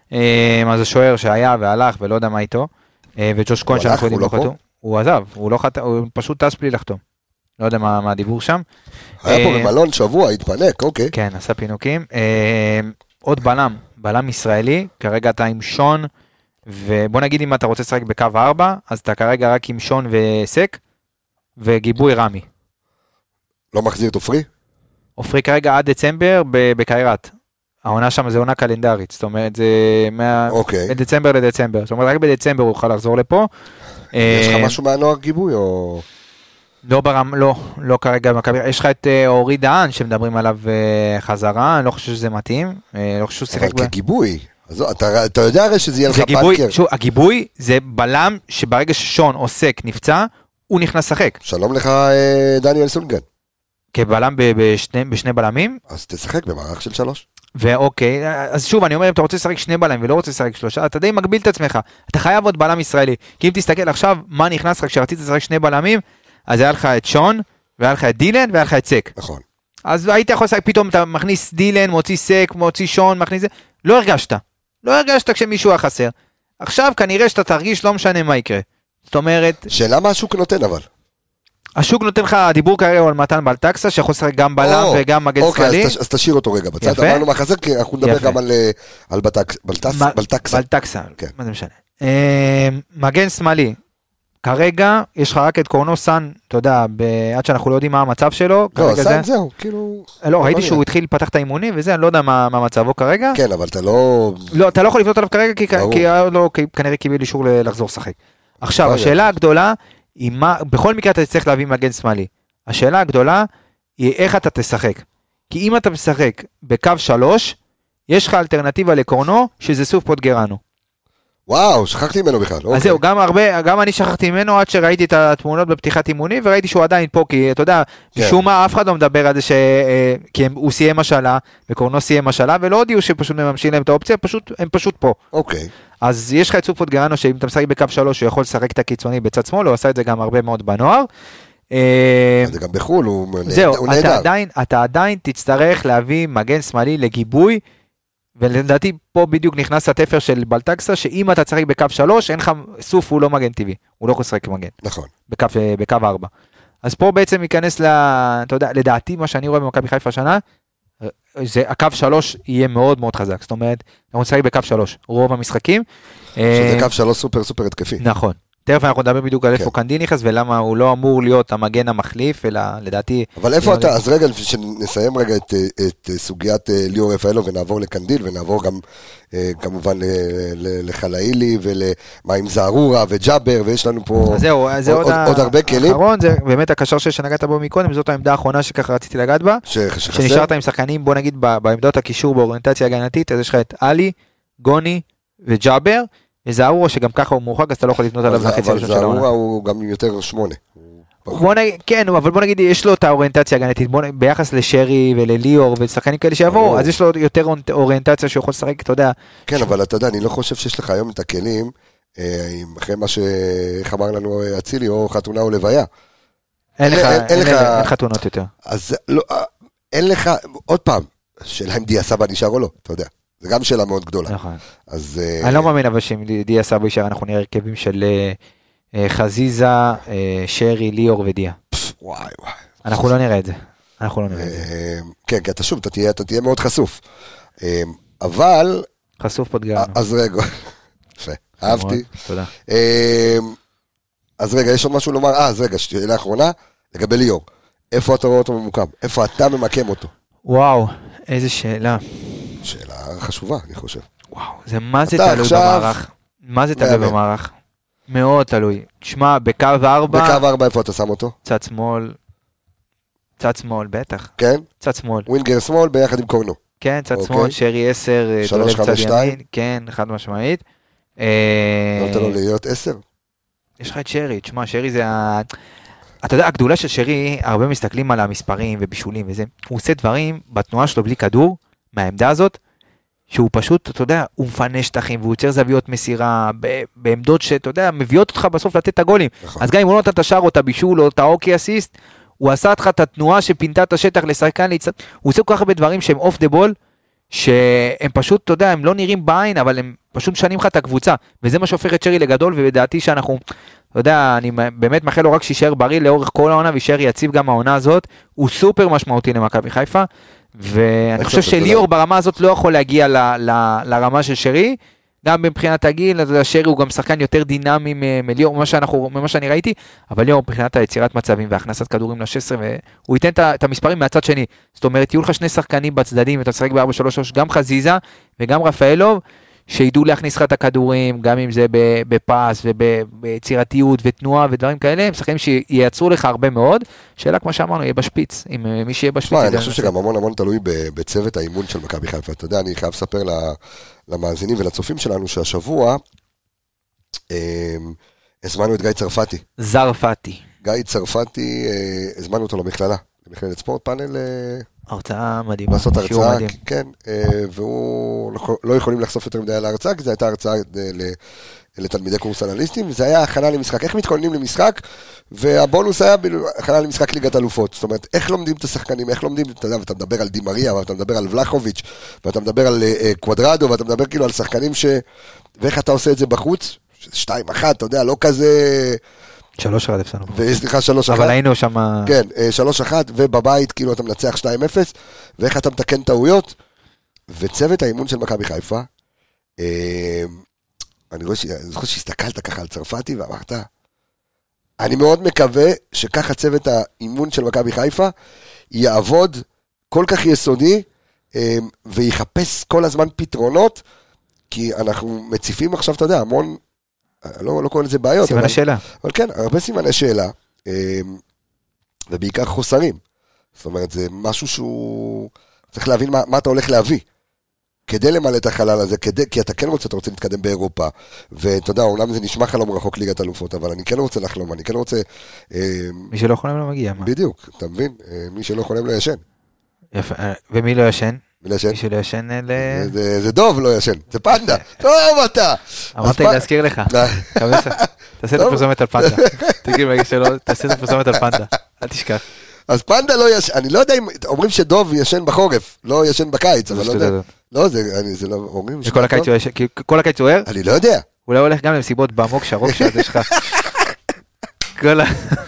אז השוער שהיה והלך ולא יודע מה איתו, וג'וש קון שאנחנו יודעים לא חתום. הוא עזב, הוא פשוט טס בלי לחתום. לא יודע מה, מה הדיבור שם. היה פה במלון שבוע, התפנק, אוקיי. כן, עשה פינוקים. עוד בלם, בלם ישראלי, כרגע אתה עם שון, ובוא נגיד אם אתה רוצה לשחק בקו ארבע, אז אתה כרגע רק עם שון וסק, וגיבוי רמי. לא מחזיר את אופרי? אופרי כרגע עד דצמבר בקיירת. העונה שם זה עונה קלנדרית, זאת אומרת, זה מדצמבר לדצמבר. זאת אומרת, רק בדצמבר הוא יוכל לחזור לפה. יש לך משהו מהנוער גיבוי או... לא ברם, לא, לא כרגע מכבי, יש לך את אורי דהן שמדברים עליו חזרה, אני לא חושב שזה מתאים, לא חושב שהוא שיחק... אבל כגיבוי, אתה יודע הרי שזה יהיה לך פאנקר. שוב, הגיבוי זה בלם שברגע ששון עוסק נפצע, הוא נכנס לשחק. שלום לך דניאל סונגרן. כבלם בשני בלמים? אז תשחק במערך של שלוש. ואוקיי, אז שוב אני אומר, אם אתה רוצה לשחק שני בלמים ולא רוצה לשחק שלושה, אתה די מגביל את עצמך, אתה חייב עוד בלם ישראלי, כי אם תסתכל עכשיו מה נכנס לך כשרצית לשחק שני בלמים, אז היה לך את שון, והיה לך את דילן, והיה לך את סק. נכון. אז היית יכול לשחק, פתאום אתה מכניס דילן, מוציא סק, מוציא שון, מכניס זה, לא הרגשת. לא הרגשת כשמישהו היה חסר. עכשיו כנראה שאתה תרגיש, לא משנה מה יקרה. זאת אומרת... שאלה מה השוק נותן אבל? השוק נותן לך דיבור כרגע על מתן בלטקסה, שיכול לשחק גם בלם וגם מגן שמאלי. אוקיי, אז תשאיר אותו רגע בצד. אמרנו מה חסר, כי אנחנו נדבר גם על בלטקסה. בלטקסה, מה זה משנה. מגן שמאלי. כרגע יש לך רק את קורנו סן, אתה יודע, עד שאנחנו לא יודעים מה המצב שלו. לא, סן זהו, כאילו... לא, ראיתי שהוא התחיל לפתח את האימונים וזה, אני לא יודע מה מצבו כרגע. כן, אבל אתה לא... לא, אתה לא יכול לפנות עליו כרגע, כי כנראה קיבל אישור לחזור לשחק. עכשיו, השאלה הגדולה, בכל מקרה אתה צריך להביא מגן שמאלי. השאלה הגדולה היא איך אתה תשחק. כי אם אתה משחק בקו שלוש, יש לך אלטרנטיבה לקורנו, שזה סוף פוטגרנו. וואו, שכחתי ממנו בכלל. אז זהו, גם הרבה, גם אני שכחתי ממנו עד שראיתי את התמונות בפתיחת אימוני, וראיתי שהוא עדיין פה, כי אתה יודע, משום מה אף אחד לא מדבר על זה, כי הוא סיים השאלה, וקורנו סיים השאלה, ולא הודיעו שפשוט מממשים להם את האופציה, הם פשוט פה. אוקיי. אז יש לך את סוף פוטגרנו, שאם אתה משחק בקו שלוש, הוא יכול לשחק את הקיצוני בצד שמאל, הוא עשה את זה גם הרבה מאוד בנוער. זה גם בחול, הוא נהדר. זהו, אתה עדיין תצטרך להביא מגן שמאלי לגיבוי, ולדעתי פה בדיוק נכנס התפר של בלטקסה, שאם אתה צריך בקו שלוש, אין לך, סוף הוא לא מגן טבעי, הוא לא יכול לשחק מגן. נכון. בקו, בקו ארבע. אז פה בעצם ייכנס ל... אתה יודע, לדעתי מה שאני רואה במכבי חיפה השנה, זה הקו שלוש יהיה מאוד מאוד חזק, זאת אומרת, אנחנו נשחק בקו שלוש, רוב המשחקים. שזה קו שלוש סופר סופר התקפי. נכון. תכף אנחנו נדבר בדיוק על איפה קנדי נכנס, ולמה הוא לא אמור להיות המגן המחליף, אלא לדעתי... אבל איפה אתה, אז רגע, שנסיים רגע את סוגיית ליאור רפאלו, ונעבור לקנדיל, ונעבור גם כמובן לחלאילי, ולמה עם זערורה וג'אבר, ויש לנו פה עוד הרבה כלים. האחרון, זה באמת הקשר שנגעת בו מקודם, זאת העמדה האחרונה שככה רציתי לגעת בה, שנשארת עם שחקנים, בוא נגיד, בעמדות הקישור באוריינטציה הגנתית, אז יש לך את אלי, גוני וג'אבר, זערורה שגם ככה הוא מורחק, אז אתה לא יכול לבנות עליו לחצי ראשון של העונה. אבל זערורה הוא גם יותר שמונה. כן, אבל בוא נגיד, יש לו את האוריינטציה הגנתית, ביחס לשרי ולליאור ולשחקנים כאלה שיבואו, אז יש לו יותר אוריינטציה שהוא יכול לשחק, אתה יודע. כן, אבל אתה יודע, אני לא חושב שיש לך היום את הכלים, אחרי מה שאמר לנו אצילי, או חתונה או לוויה. אין לך חתונות יותר. אז אין לך, עוד פעם, שאלה אם דיה סבא נשאר או לא, אתה יודע. זה גם שאלה מאוד גדולה. נכון. אני לא מאמין אבל שאם דיה סבא יישאר, אנחנו נראה הרכבים של חזיזה, שרי, ליאור ודיה. וואי וואי. אנחנו לא נראה את זה. אנחנו לא נראה את זה. כן, כי אתה שוב, אתה תהיה מאוד חשוף. אבל... חשוף פוטגרנו. אז רגע, יפה, אהבתי. תודה. אז רגע, יש עוד משהו לומר? אה, אז רגע, שאלה האחרונה, לגבי ליאור. איפה אתה רואה אותו ממוקם? איפה אתה ממקם אותו? וואו, איזה שאלה. שאלה חשובה, אני חושב. וואו, זה מה זה תלוי במערך? מה זה תלוי במערך? מאוד תלוי. תשמע, בקו ארבע... בקו ארבע, איפה אתה שם אותו? צד שמאל. צד שמאל, בטח. כן? צד שמאל. ווינגר שמאל ביחד עם קורנו. כן, צד שמאל, שרי עשר, שלוש חמש שתיים. כן, חד משמעית. לא נותן לו להיות עשר? יש לך את שרי, תשמע, שרי זה ה... אתה יודע, הגדולה של שרי, הרבה מסתכלים על המספרים ובישולים וזה. הוא עושה דברים בתנועה שלו בלי כדור, מהעמדה הזאת, שהוא פשוט, אתה יודע, הוא מפנה שטחים, והוא יוצר זוויות מסירה, בעמדות שאתה יודע, מביאות אותך בסוף לתת את הגולים. אז גם אם הוא לא נתן את השאר או את הבישול או את האוקי אסיסט, הוא עשה לך את התנועה שפינתה את השטח לשחקן, הוא עושה כל כך הרבה דברים שהם אוף דה בול, שהם פשוט, אתה יודע, הם לא נראים בעין, אבל הם פשוט משנים לך את הקבוצה, וזה מה שהופך את שרי לגדול, ובדעתי שאנחנו, אתה יודע, אני באמת מאחל לו רק שישאר בריא לאורך כל העונה, וישאר יציב גם העונה הזאת, הוא סופר משמעותי למכבי חיפה, ואני חושב שליאור ברמה הזאת לא יכול להגיע ל, ל, לרמה של שרי, גם מבחינת הגיל, שרי הוא גם שחקן יותר דינמי מליאור, ממה, שאנחנו, ממה שאני ראיתי, אבל ליאור מבחינת היצירת מצבים והכנסת כדורים ל-שש עשרה, והוא ייתן את המספרים מהצד שני, זאת אומרת, יהיו לך שני שחקנים בצדדים, ואתה משחק ב-ארבע שלוש שלוש, גם חזיזה וגם רפאלוב, שידעו להכניס לך את הכדורים, גם אם זה בפס וביצירתיות ותנועה ודברים כאלה, הם שחקנים שייצרו לך הרבה מאוד, שאלה כמו שאמרנו, יהיה בשפיץ, אם מי שיהיה בשפיץ. אני חושב שגם המון המון תלוי בצוות האימון של מכבי חיפה, אתה יודע, אני חייב לספר למאזינים ולצופים שלנו שהשבוע הזמנו את גיא צרפתי. זרפתי. גיא צרפתי, הזמנו אותו למכללה, למכללת ספורט, פאנל... הרצאה מדהימה. לעשות הרצאה, כן, והוא לא יכולים לחשוף יותר מדי על ההרצאה, כי זו הייתה הרצאה לתלמידי קורס אנליסטים, וזה היה הכנה למשחק, איך מתכוננים למשחק, והבונוס היה הכנה למשחק ליגת אלופות, זאת אומרת, איך לומדים את השחקנים, איך לומדים, אתה יודע, ואתה מדבר על דימריה, ואתה מדבר על ולחוביץ', ואתה מדבר על קוואדרדו, ואתה מדבר כאילו על שחקנים ש... ואיך אתה עושה את זה בחוץ, שתיים אחת, אתה יודע, לא כזה... שלוש אחת הפסדנו. וסליחה, שלוש אחת. אבל היינו שם... כן, שלוש אחת, ובבית כאילו אתה מנצח שתיים אפס, ואיך אתה מתקן טעויות, וצוות האימון של מכבי חיפה, אני זוכר שהסתכלת ככה על צרפתי, ואמרת, אני מאוד מקווה שככה צוות האימון של מכבי חיפה, יעבוד כל כך יסודי, ויחפש כל הזמן פתרונות, כי אנחנו מציפים עכשיו, אתה יודע, המון... לא, לא קוראים לזה בעיות. סימני אבל, שאלה. אבל כן, הרבה סימני שאלה. ובעיקר חוסרים. זאת אומרת, זה משהו שהוא... צריך להבין מה, מה אתה הולך להביא. כדי למלא את החלל הזה, כדי, כי אתה כן רוצה, אתה רוצה להתקדם באירופה, ואתה יודע, אומנם זה נשמע חלום רחוק ליגת אלופות, אבל אני כן רוצה לחלום, אני כן רוצה... מי שלא חולם לא מגיע, מה? בדיוק, אתה מבין? מי שלא חולם לא ישן. יפה, ומי לא ישן? מי לא ישן? מי שלא ישן ל... זה דוב לא ישן, זה פנדה, טוב אתה! אמרתי להזכיר לך, תעשה את הפרסומת על פנדה, תגיד לי שלא, תעשה את הפרסומת על פנדה, אל תשכח. אז פנדה לא ישן, אני לא יודע אם, אומרים שדוב ישן בחורף, לא ישן בקיץ, אבל לא יודע. לא, זה לא, אומרים... כל הקיץ הוא ער? אני לא יודע. אולי הולך גם למסיבות במוק שרוק שזה שלך. כל ה...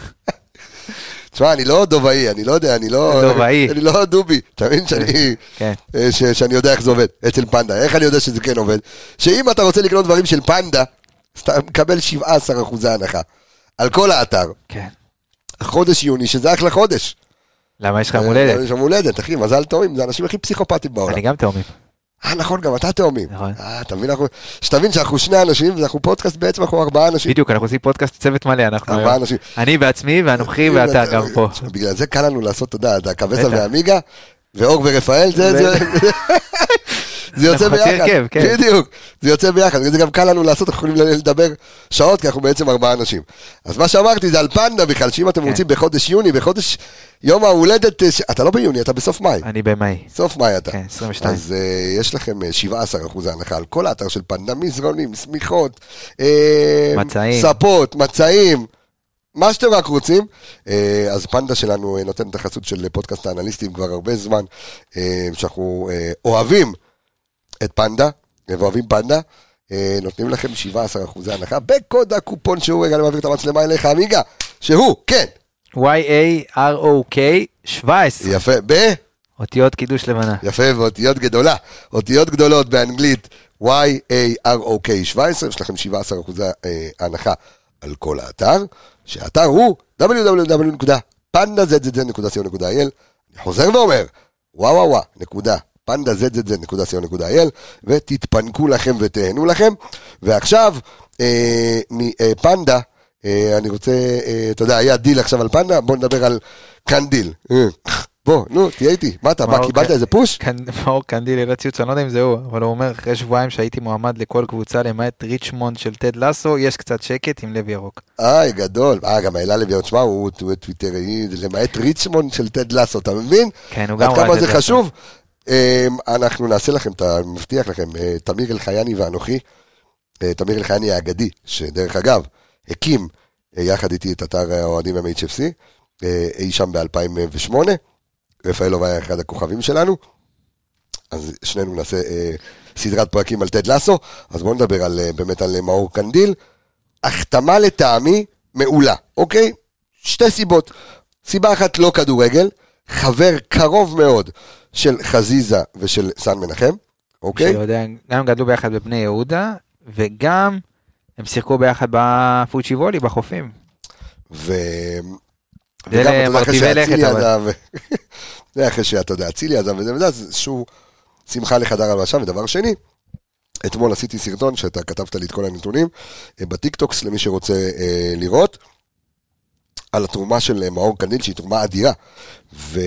תשמע, אני לא דובאי, אני לא יודע, אני לא... דובאי. אני לא דובי, אתה מבין שאני יודע איך זה עובד, אצל פנדה, איך אני יודע שזה כן עובד? שאם אתה רוצה לקנות דברים של פנדה, אתה מקבל שבעה עשר אחוז הנחה, על כל האתר. כן. חודש יוני, שזה אחלה חודש. למה יש לך מולדת? יש לך מולדת, אחי, מזל תאומים, זה האנשים הכי פסיכופטיים בעולם. אני גם תאומים. אה, נכון, גם אתה תאומים. נכון. אה, אתה מבין, שתבין שאנחנו שני אנשים, ואנחנו פודקאסט בעצם, אנחנו ארבעה אנשים. בדיוק, אנחנו עושים פודקאסט צוות מלא, אנחנו ארבעה אנשים. אני בעצמי, ואנוכי, ואתה גם פה. בגלל זה קל לנו לעשות, תודה, אתה קבסה ואמיגה, ואור ורפאל, זה... זה יוצא ביחד, בדיוק, זה יוצא ביחד, זה גם קל לנו לעשות, אנחנו יכולים לדבר שעות, כי אנחנו בעצם ארבעה אנשים. אז מה שאמרתי זה על פנדה בכלל, שאם אתם רוצים בחודש יוני, בחודש יום ההולדת, אתה לא ביוני, אתה בסוף מאי. אני במאי. סוף מאי אתה. כן, עשרים ושתיים. אז יש לכם שבעה עשר אחוז הנחה על כל האתר של פנדה, מזרונים, סמיכות, מצעים, ספות, מצעים, מה שאתם רק רוצים. אז פנדה שלנו נותן את החסות של פודקאסט האנליסטים כבר הרבה זמן, שאנחנו אוהבים את פנדה, ואוהבים פנדה, נותנים לכם שבעה עשר אחוז הנחה, בקוד הקופון שהוא, רגע, אני מעביר את המצלמה אליך, אמיגה, שהוא, כן. וואי איי אר או קיי שבע עשרה. יפה, ב... אותיות קידוש לבנה. יפה, ואותיות גדולה, אותיות גדולות באנגלית, וואי איי אר או קיי שבע עשרה, יש לכם שבעה עשר אחוז הנחה על כל האתר, שהאתר הוא דאבליו דאבליו דאבליו נקודה פנדה זד זד זד נקודה סי או נקודה איי אל, אני חוזר ואומר, וואו וואו וואו, נקודה. פנדה זד זד זד נקודה סי או נקודה איי אל, ותתפנקו לכם ותהנו לכם. ועכשיו, אה, מפנדה, אה, אני רוצה, אה, אתה יודע, היה דיל עכשיו על פנדה, בוא נדבר על קנדיל. אה, בוא, נו, תהיה איתי. מה אתה, מה, קיבלת איזה פוש? מאור קנדיל, אלה ציוץ, אני לא יודע אם זה הוא, אבל הוא אומר, אחרי שבועיים שהייתי מועמד לכל קבוצה, למעט ריצ'מונד של טד לסו, יש קצת שקט עם לב ירוק. איי, גדול. אה, גם העלה לב ירוק, שמה, הוא טוויטרי, למעט ריצ'מונד של טד לסו, אתה מבין? כן, הוא גם עד כמה זה חשוב? אנחנו נעשה לכם, מבטיח לכם, תמיר אלחייני ואנוכי, תמיר אלחייני האגדי, שדרך אגב, הקים יחד איתי את אתר האוהדים עם אייץ' אף סי, אי שם ב-אלפיים ושמונה, רפאלוב היה אחד הכוכבים שלנו, אז שנינו נעשה סדרת פרקים על טד לסו, אז בואו נדבר על, באמת על מאור קנדיל, החתמה לטעמי מעולה, אוקיי? שתי סיבות, סיבה אחת לא כדורגל, חבר קרוב מאוד של חזיזה ושל סן מנחם, אוקיי? שיודע, גם גדלו ביחד בבני יהודה, וגם הם שיחקו ביחד בפוצ'י וולי, בחופים. ו... זה למרטיבי לכת, אבל... זה אחרי שאתה יודע, צילי עזב, וזה וזה, זה שהוא שמחה לחדר הלבשה, ודבר שני, אתמול עשיתי סרטון, שאתה כתבת לי את כל הנתונים, בטיקטוקס, למי שרוצה לראות, על התרומה של מאור קנדיל, שהיא תרומה אדירה, ו...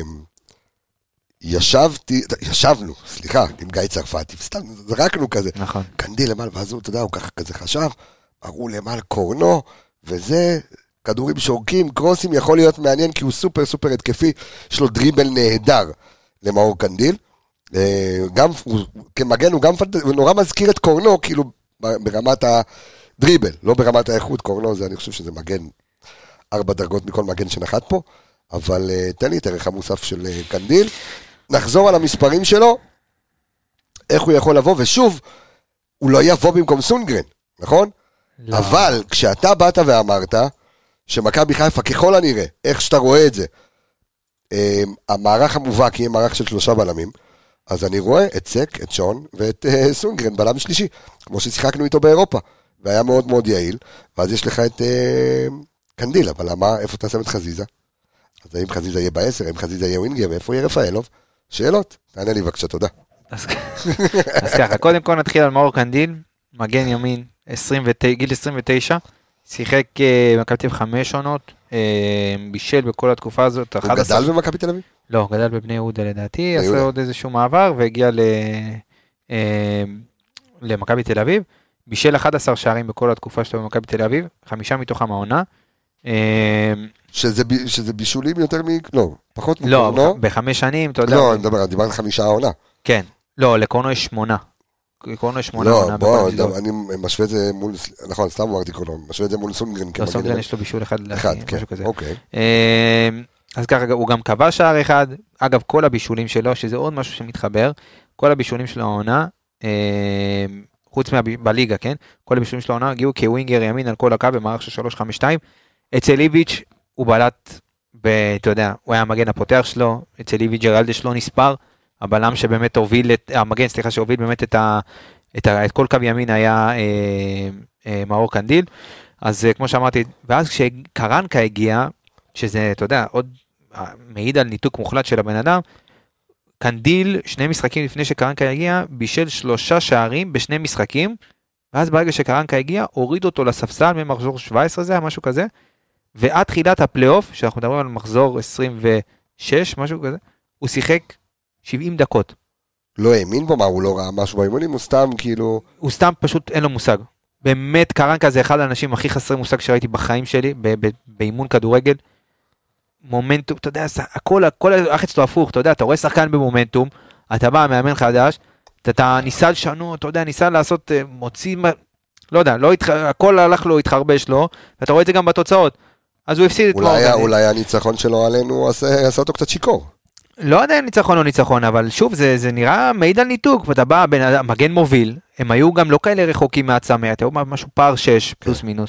ישבתי, ישבנו, סליחה, עם גיא צרפתי, סתם זרקנו כזה, נכון. קנדיל למעלה, ואז הוא, אתה יודע, הוא ככה כזה חשב, הראו למעלה קורנו, וזה, כדורים שורקים, קרוסים, יכול להיות מעניין, כי הוא סופר סופר התקפי, יש לו דריבל נהדר למאור קנדיל, גם, הוא, כמגן הוא גם, הוא נורא מזכיר את קורנו, כאילו, ברמת הדריבל, לא ברמת האיכות, קורנו זה, אני חושב שזה מגן, ארבע דרגות מכל מגן שנחת פה, אבל תן לי את הערך המוסף של קנדיל, נחזור על המספרים שלו, איך הוא יכול לבוא, ושוב, הוא לא יבוא במקום סונגרן, נכון? לא. אבל כשאתה באת ואמרת, שמכבי חיפה ככל הנראה, איך שאתה רואה את זה, המערך המובהק יהיה מערך של שלושה בלמים, אז אני רואה את סק, את שון, ואת סונגרן, בלם שלישי, כמו ששיחקנו איתו באירופה, והיה מאוד מאוד יעיל, ואז יש לך את קנדיל, אבל למה, איפה אתה שם את חזיזה? אז האם חזיזה יהיה בעשר, האם חזיזה יהיה ווינגר, ואיפה יהיה רפאלוב? שאלות, תענה לי בבקשה, תודה. אז ככה, קודם כל נתחיל על מאור קנדיל, מגן ימין, גיל עשרים ותשע, שיחק מכבי תל אביב חמש עונות, בישל בכל התקופה הזאת. הוא גדל במכבי תל אביב? לא, גדל בבני יהודה לדעתי, עשה עוד איזשהו מעבר, והגיע למכבי תל אביב, בישל אחד עשר שערים בכל התקופה שלו במכבי תל אביב, חמישה מתוכם העונה. שזה בישולים יותר מ... לא, פחות מקורנו. לא, בחמש שנים, אתה יודע. לא, אני מדבר, דיברתי חמישה העונה. כן, לא, לקורנו יש שמונה. קורנו יש שמונה העונה. לא, בוא, אני משווה את זה מול, נכון, סתם אמרתי קורנו, משווה את זה מול סונגרן. לא, סונגרן יש לו בישול אחד, אחד, כן, אוקיי. אז ככה, הוא גם קבע שער אחד, אגב, כל הבישולים שלו, שזה עוד משהו שמתחבר, כל הבישולים של העונה, חוץ מהליגה, כן? כל הבישולים של העונה הגיעו כווינגר ימין על כל הקו במערך של שלוש חמש שתיים. אצל איביץ' הוא בלט, אתה יודע, הוא היה המגן הפותח שלו, אצל איביץ' ג'רלדש לא נספר, הבלם שבאמת הוביל, המגן, סליחה, שהוביל באמת את, ה, את, ה, את כל קו ימין היה אה, אה, מאור קנדיל. אז כמו שאמרתי, ואז כשקרנקה הגיע, שזה, אתה יודע, עוד מעיד על ניתוק מוחלט של הבן אדם, קנדיל, שני משחקים לפני שקרנקה הגיע, בישל שלושה שערים בשני משחקים, ואז ברגע שקרנקה הגיע, הוריד אותו לספסל ממחזור שבע עשרה, זה משהו כזה, ועד תחילת הפלייאוף, שאנחנו מדברים על מחזור עשרים ושש, משהו כזה, הוא שיחק שבעים דקות. לא האמין בו, מה, הוא לא ראה משהו באימונים, הוא סתם כאילו... הוא סתם פשוט אין לו מושג. באמת, קרנקה זה אחד האנשים הכי חסרי מושג שראיתי בחיים שלי, באימון כדורגל. מומנטום, אתה יודע, הכל, הכל החץ לו הפוך, אתה יודע, אתה רואה שחקן במומנטום, אתה בא, מאמן חדש, אתה, אתה ניסה לשנות, אתה יודע, ניסה לעשות, מוציא, לא יודע, לא, הכל הלך לו, התחרבש לו, ואתה רואה את זה גם בתוצאות. אז הוא הפסיד את אולי, אולי הניצחון שלו עלינו עשה, עשה אותו קצת שיקור. לא יודע ניצחון או ניצחון, אבל שוב, זה, זה נראה מעיד על ניתוק, ואתה בא, מגן מוביל, הם היו גם לא כאלה רחוקים מהצמא, אתה רואה משהו פער שש, פלוס מינוס,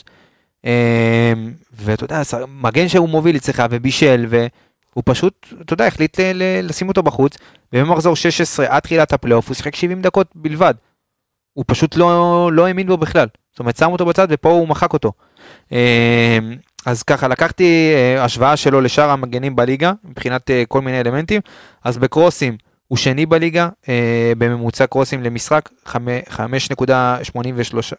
ואתה יודע, מגן שהוא מוביל אצלך ובישל, והוא פשוט, אתה יודע, החליט לשים אותו בחוץ, ובמחזור שש עשרה עד תחילת הפלייאוף, הוא שיחק שבעים דקות בלבד, הוא פשוט לא, לא האמין בו בכלל, זאת אומרת, שם אותו בצד, ופה הוא מחק אותו. אז ככה, לקחתי השוואה שלו לשאר המגנים בליגה, מבחינת כל מיני אלמנטים, אז בקרוסים, הוא שני בליגה, בממוצע קרוסים למשחק, חמש נקודה שמונים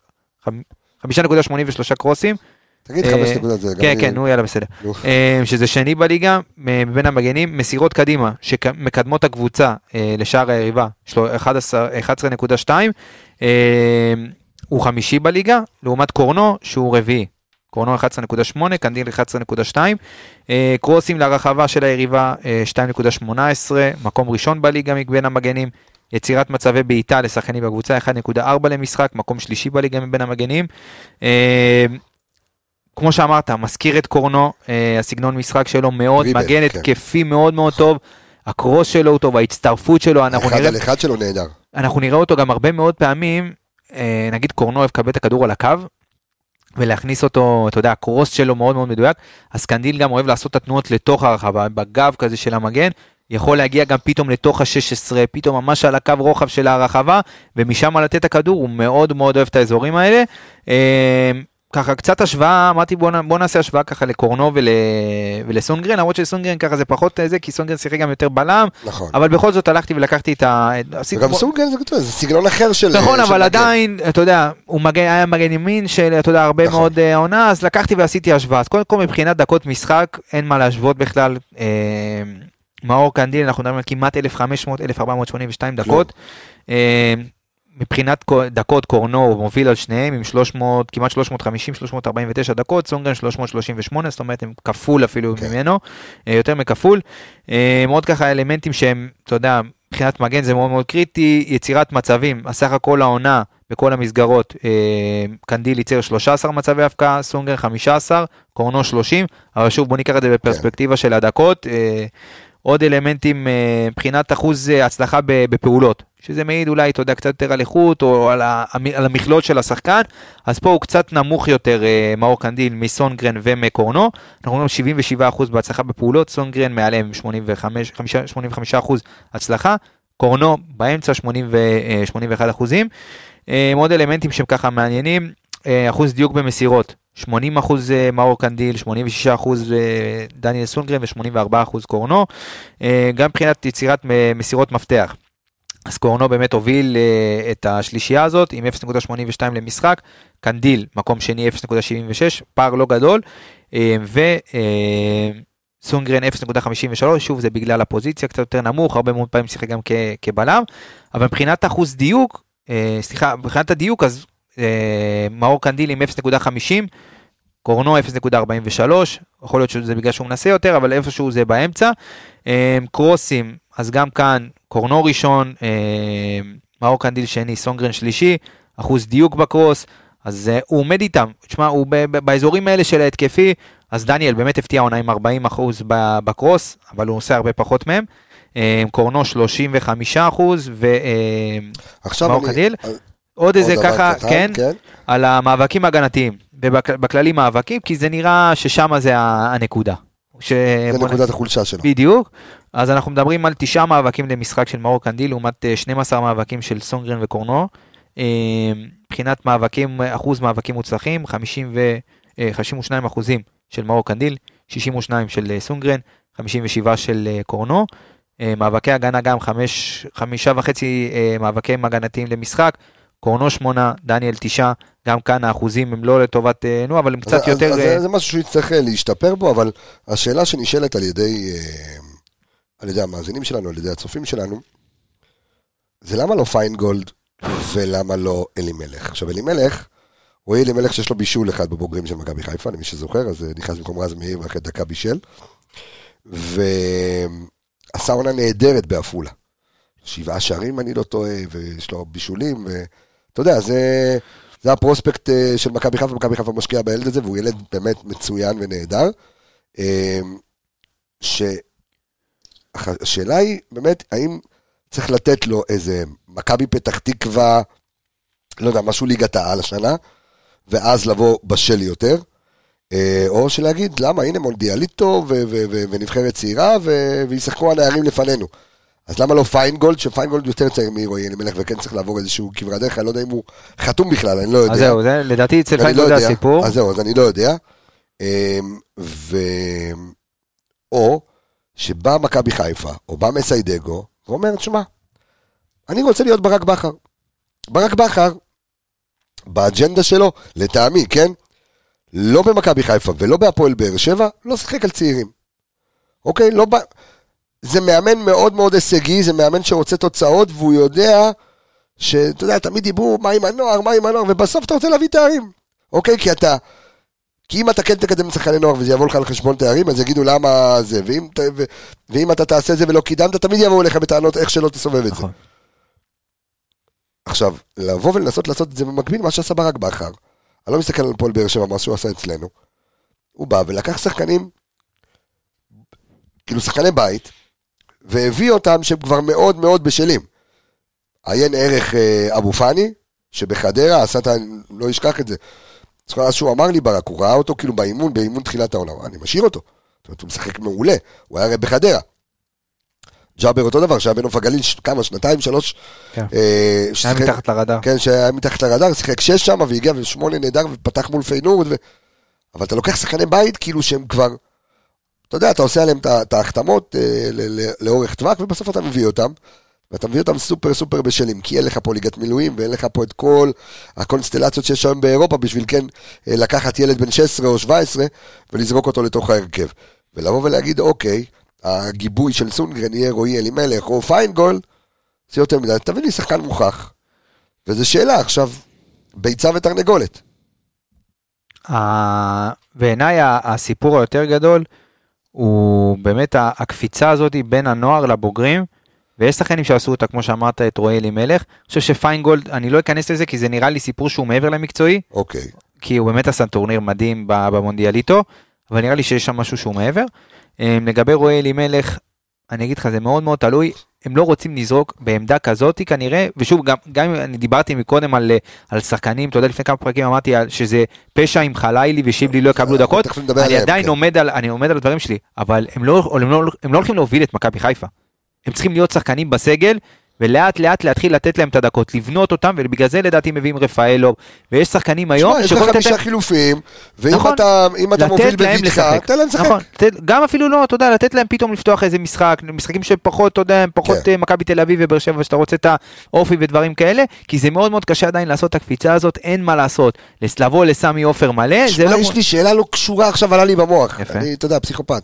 ושלוש קרוסים. תגיד חמש נקודות זה. כן, כן, נו, יאללה, בסדר. שזה שני בליגה, בין המגנים, מסירות קדימה, שמקדמות הקבוצה לשאר היריבה, אחת עשרה נקודה שתיים, הוא חמישי בליגה, לעומת קורנו, שהוא רביעי. קורנו אחת עשרה נקודה שמונה, קנדיל אחת עשרה נקודה שתיים, קרוסים לרחבה של היריבה שתיים נקודה שמונה עשרה, מקום ראשון בליגה מבין המגנים, יצירת מצבי בעיטה לשחקנים בקבוצה אחת נקודה ארבע למשחק, מקום שלישי בליגה מבין המגנים. כמו שאמרת, מזכיר את קורנו, הסגנון משחק שלו מאוד, מגן התקפי מאוד מאוד טוב, הקרוס שלו הוא טוב, ההצטרפות שלו, אחד על אחד שלו נהדר. אנחנו נראה אותו גם הרבה מאוד פעמים, נגיד קורנו אוהב לקבל את הכדור על הקו, ולהכניס אותו, אתה יודע, הקרוס שלו מאוד מאוד מדויק, אז קנדיל גם אוהב לעשות את התנועות לתוך הרחבה, בגב כזה של המגן, יכול להגיע גם פתאום לתוך ה-שש עשרה, פתאום ממש על הקו רוחב של הרחבה, ומשם לתת את הכדור, הוא מאוד מאוד אוהב את האזורים האלה. ככה קצת השוואה, אמרתי בוא, בוא נעשה השוואה ככה לקורנו ול, ולסונגרן, למרות שסונגרן ככה זה פחות זה, כי סונגרן שיחק גם יותר בלם, נכון. אבל בכל זאת הלכתי ולקחתי את ה... וגם בו... סונגרן זה, זה סגנון אחר של... נכון, של אבל מגן. עדיין, אתה יודע, הוא מגן, היה מגן ימין של, אתה יודע, הרבה נכון. מאוד עונה, אז לקחתי ועשיתי השוואה, אז קודם כל מבחינת דקות משחק, אין מה להשוות בכלל, אה, מאור קנדיל, אנחנו מדברים על כמעט אלף וחמש מאות אלף ארבע מאות שמונים ושתיים דקות, אה, מבחינת דקות קורנו הוא מוביל על שניהם עם שלוש מאות, כמעט שלוש מאות וחמישים שלוש מאות ארבעים ותשע דקות, סונגרן שלוש מאות שלושים ושמונה, זאת אומרת הם כפול אפילו okay. ממנו, יותר מכפול, מאוד ככה אלמנטים שהם, אתה יודע, מבחינת מגן זה מאוד מאוד קריטי, יצירת מצבים, הסך הכל העונה בכל המסגרות, קנדיל ייצר שלושה עשר מצבי הפקעה, סונגרן חמישה עשר, קורנו שלושים, אבל שוב בוא ניקח את זה בפרספקטיבה okay. של הדקות, עוד אלמנטים מבחינת אחוז הצלחה בפעולות, שזה מעיד אולי, אתה יודע, קצת יותר על איכות, או על, על המכלול של השחקן, אז פה הוא קצת נמוך יותר, מאור קנדיל, מסונגרן ומקורנו, אנחנו רואים שבעים ושבעה אחוז בהצלחה בפעולות, סונגרן מעליהם שמונים וחמישה אחוז הצלחה, קורנו באמצע שמונים ואחד אחוזים, עוד אלמנטים שהם ככה מעניינים, אחוז דיוק במסירות, שמונים אחוז מאור קנדיל, שמונים ושישה אחוז דניאל סונגרן ו-שמונים וארבעה אחוז קורנו, גם מבחינת יצירת מסירות מפתח. אז קורנו באמת הוביל את השלישייה הזאת עם אפס נקודה שמונים ושתיים למשחק, קנדיל מקום שני אפס נקודה שבעים ושש, פער לא גדול, ו... סונגרן אפס נקודה חמישים ושלוש, שוב זה בגלל הפוזיציה קצת יותר נמוך, הרבה מאוד פעמים שיחק גם כ- כבלם, אבל מבחינת אחוז דיוק, אה, סליחה, מבחינת הדיוק, אז אה, מאור קנדיל עם אפס נקודה חמישים, קורנו אפס נקודה ארבעים ושלוש, יכול להיות שזה בגלל שהוא מנסה יותר, אבל איפשהו זה באמצע, אה, קרוסים, אז גם כאן, קורנו ראשון, אה, מאור קנדיל שני, סונגרן שלישי, אחוז דיוק בקרוס, אז uh, הוא עומד איתם, תשמע, הוא ב- ב- באזורים האלה של ההתקפי, אז דניאל באמת הפתיע עונה עם ארבעים אחוז בקרוס, אבל הוא עושה הרבה פחות מהם, um, קורנו שלושים וחמישה אחוז, ומאור קנדיל, עוד איזה ככה, קטן, כן, כן, על המאבקים ההגנתיים, ובכללי מאבקים, כי זה נראה ששם זה הנקודה. ש... זה נקודת החולשה שלו. בדיוק, אז אנחנו מדברים על תשעה מאבקים למשחק של מאור קנדיל, לעומת שנים עשר מאבקים של סונגרן וקורנו, מבחינת מאבקים, אחוז מאבקים מוצלחים, חמישים ושניים אחוזים של מאור קנדיל, שישים ושניים של סונגרן, חמישים ושבעה של קורנו, מאבקי הגנה גם חמש, חמישה וחצי מאבקי הגנתיים למשחק, קורנו שמונה, דניאל תשעה, גם כאן האחוזים הם לא לטובת, נו, אבל הם קצת אז, יותר... אז, אז זה משהו שיצטרך להשתפר בו, אבל השאלה שנשאלת על ידי, על ידי המאזינים שלנו, על ידי הצופים שלנו, זה למה לא פיינגולד, ולמה לא אלימלך. עכשיו אלימלך, הוא אלימלך שיש לו בישול אחד בבוגרים של מכבי חיפה, למי שזוכר, אז נכנס במקום רז מאיר ואחרי דקה בישל, ועשה עונה נהדרת באפולה. שבעה שערים אני לא טועה, ויש לו בישולים, ואתה יודע, זה, זה הפרוספקט של מכבי חיפה, מכבי חיפה משקיע בילד הזה, והוא ילד באמת מצוין ונהדר. שהשאלה היא באמת, האם צריך לתת לו איזה מכבי פתח תקווה, לא יודע, משהו ליגת העל השנה, ואז לבוא בשל יותר, או שלהגיד, למה, הנה מונדיאליטו ו- ו- ו- ונבחרת צעירה, ו- וישחקו הנערים לפנינו. אז למה לא פיינגולד, שפיינגולד יותר צעיר מרועי אלימלך, וכן צריך לעבור איזשהו כברת דרך, אני לא יודע אם הוא חתום בכלל, אני לא יודע. אז זהו, זה, לדעתי אצל פיינגולד זה הסיפור. אז זהו, אז אני לא יודע. ו... או שבא מכבי חיפה, או בא מסיידגו, ואומר, תשמע, אני רוצה להיות ברק בכר. ברק בכר, באג'נדה שלו, לטעמי, כן? לא במכבי חיפה ולא בהפועל באר שבע, לא שחק על צעירים. אוקיי? לא ב... זה מאמן מאוד מאוד הישגי, זה מאמן שרוצה תוצאות, והוא יודע שאתה יודע, תמיד דיברו מה עם הנוער, מה עם הנוער, ובסוף אתה רוצה להביא תארים. אוקיי? כי אתה... כי אם אתה כן תקדם שחקני נוער וזה יבוא לך על חשבון תארים, אז יגידו למה זה, ואם, ו... ואם אתה תעשה את זה ולא קידמת, תמיד יבואו לך בטענות איך שלא תסובב את זה. עכשיו, לבוא ולנסות לעשות את זה במקביל, מה שעשה ברק בכר, אני לא מסתכל על פועל באר שבע, מה שהוא עשה אצלנו, הוא בא ולקח שחקנים, כאילו שחקני בית, והביא אותם שהם כבר מאוד מאוד בשלים. עיין ערך אבו פני, שבחדרה, עשה את ה... לא ישכח את זה. אז שהוא אמר לי ברק, הוא ראה אותו כאילו באימון, באימון תחילת העונה, אני משאיר אותו. זאת אומרת, הוא משחק מעולה, הוא היה הרי בחדרה. ג'אבר אותו דבר, שהיה בנוף הגליל כמה, שנתיים, שלוש. כן, שהיה מתחת לרדאר. כן, שהיה מתחת לרדאר, שיחק שש שם, והגיע ושמונה נהדר, ופתח מול פיינורד, אבל אתה לוקח שחקני בית, כאילו שהם כבר, אתה יודע, אתה עושה עליהם את ההחתמות לאורך טווח, ובסוף אתה מביא אותם, ואתה מביא אותם סופר סופר בשלים, כי אין לך פה ליגת מילואים, ואין לך פה את כל הקונסטלציות שיש היום באירופה, בשביל כן לקחת ילד בן שש עשרה או שבע עשרה, ולזרוק אותו לתוך ההרכב. ולבוא ולהגיד, אוקיי, הגיבוי של סונגרן יהיה רועי אלימלך, או פיינגולד, זה יותר מדי, תביא לי שחקן מוכח. וזו שאלה, עכשיו, ביצה ותרנגולת. בעיניי הסיפור היותר גדול, הוא באמת הקפיצה הזאת בין הנוער לבוגרים, ויש שחקנים שעשו אותה, כמו שאמרת, את רועי אלימלך. אני חושב שפיינגולד, אני לא אכנס לזה, כי זה נראה לי סיפור שהוא מעבר למקצועי. אוקיי. כי הוא באמת עשה טורניר מדהים במונדיאליטו, אבל נראה לי שיש שם משהו שהוא מעבר. לגבי רועי אלימלך, אני אגיד לך, זה מאוד מאוד תלוי, הם לא רוצים לזרוק בעמדה כזאת כנראה, ושוב, גם, גם אם אני דיברתי מקודם על, על שחקנים, אתה יודע, לפני כמה פרקים אמרתי שזה פשע עם חלילי ושיבלי לא יקבלו דקות, אני עדיין עומד על, אני עומד על הדברים שלי, אבל הם לא, הם לא, הם לא הולכים להוביל את מכבי חיפה, הם צריכים להיות שחקנים בסגל, ולאט לאט להתחיל לתת להם את הדקות, לבנות אותם, ובגלל זה לדעתי מביאים רפאלוב, ויש שחקנים היום, יש לך חמישה חילופים, ואם אתה מוביל בביטחה, תן להם לשחק. גם אפילו לא, אתה יודע, לתת להם פתאום לפתוח איזה משחק, משחקים שפחות, אתה יודע, פחות מכבי תל אביב ובאר שבע, שאתה רוצה את האופי ודברים כאלה, כי זה מאוד מאוד קשה עדיין לעשות את הקפיצה הזאת, אין מה לעשות, לבוא לסמי עופר מלא, יש לי שאלה לא קשורה עכשיו, עלה לי במוח, אני, אתה יודע, פסיכופת,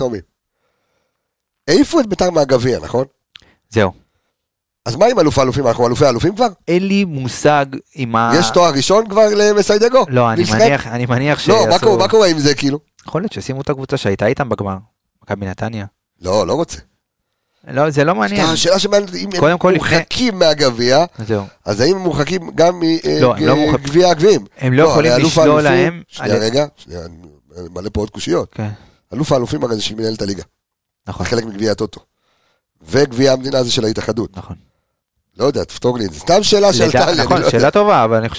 העיפו את בית"ר מהגביע, נכון? זהו. אז מה עם אלוף האלופים? אנחנו אלופי האלופים כבר? אין לי מושג עם ה... יש תואר ראשון כבר למסיידגו? לא, אני מניח, אני מניח ש... לא, מה קורה עם זה כאילו? יכול להיות ששימו את הקבוצה שהייתה איתם בגמר, מכבי נתניה. לא, לא רוצה. לא, זה לא מעניין. השאלה שמעניינת, אם הם מורחקים מהגביע, אז האם הם מורחקים גם מגביע הגביעים? הם לא יכולים לשלול להם... שנייה רגע, מלא פה עוד קושיות. אלוף האלופים הרי זה של מנהלת הליגה. נכון. חלק מגביע הטוטו. וגביע המדינה זה של ההתאחדות. נכון. לא יודע, תפתור לי את זה. סתם שאלה שעלתה לי. נכון, שאלה טובה, אבל אני חושב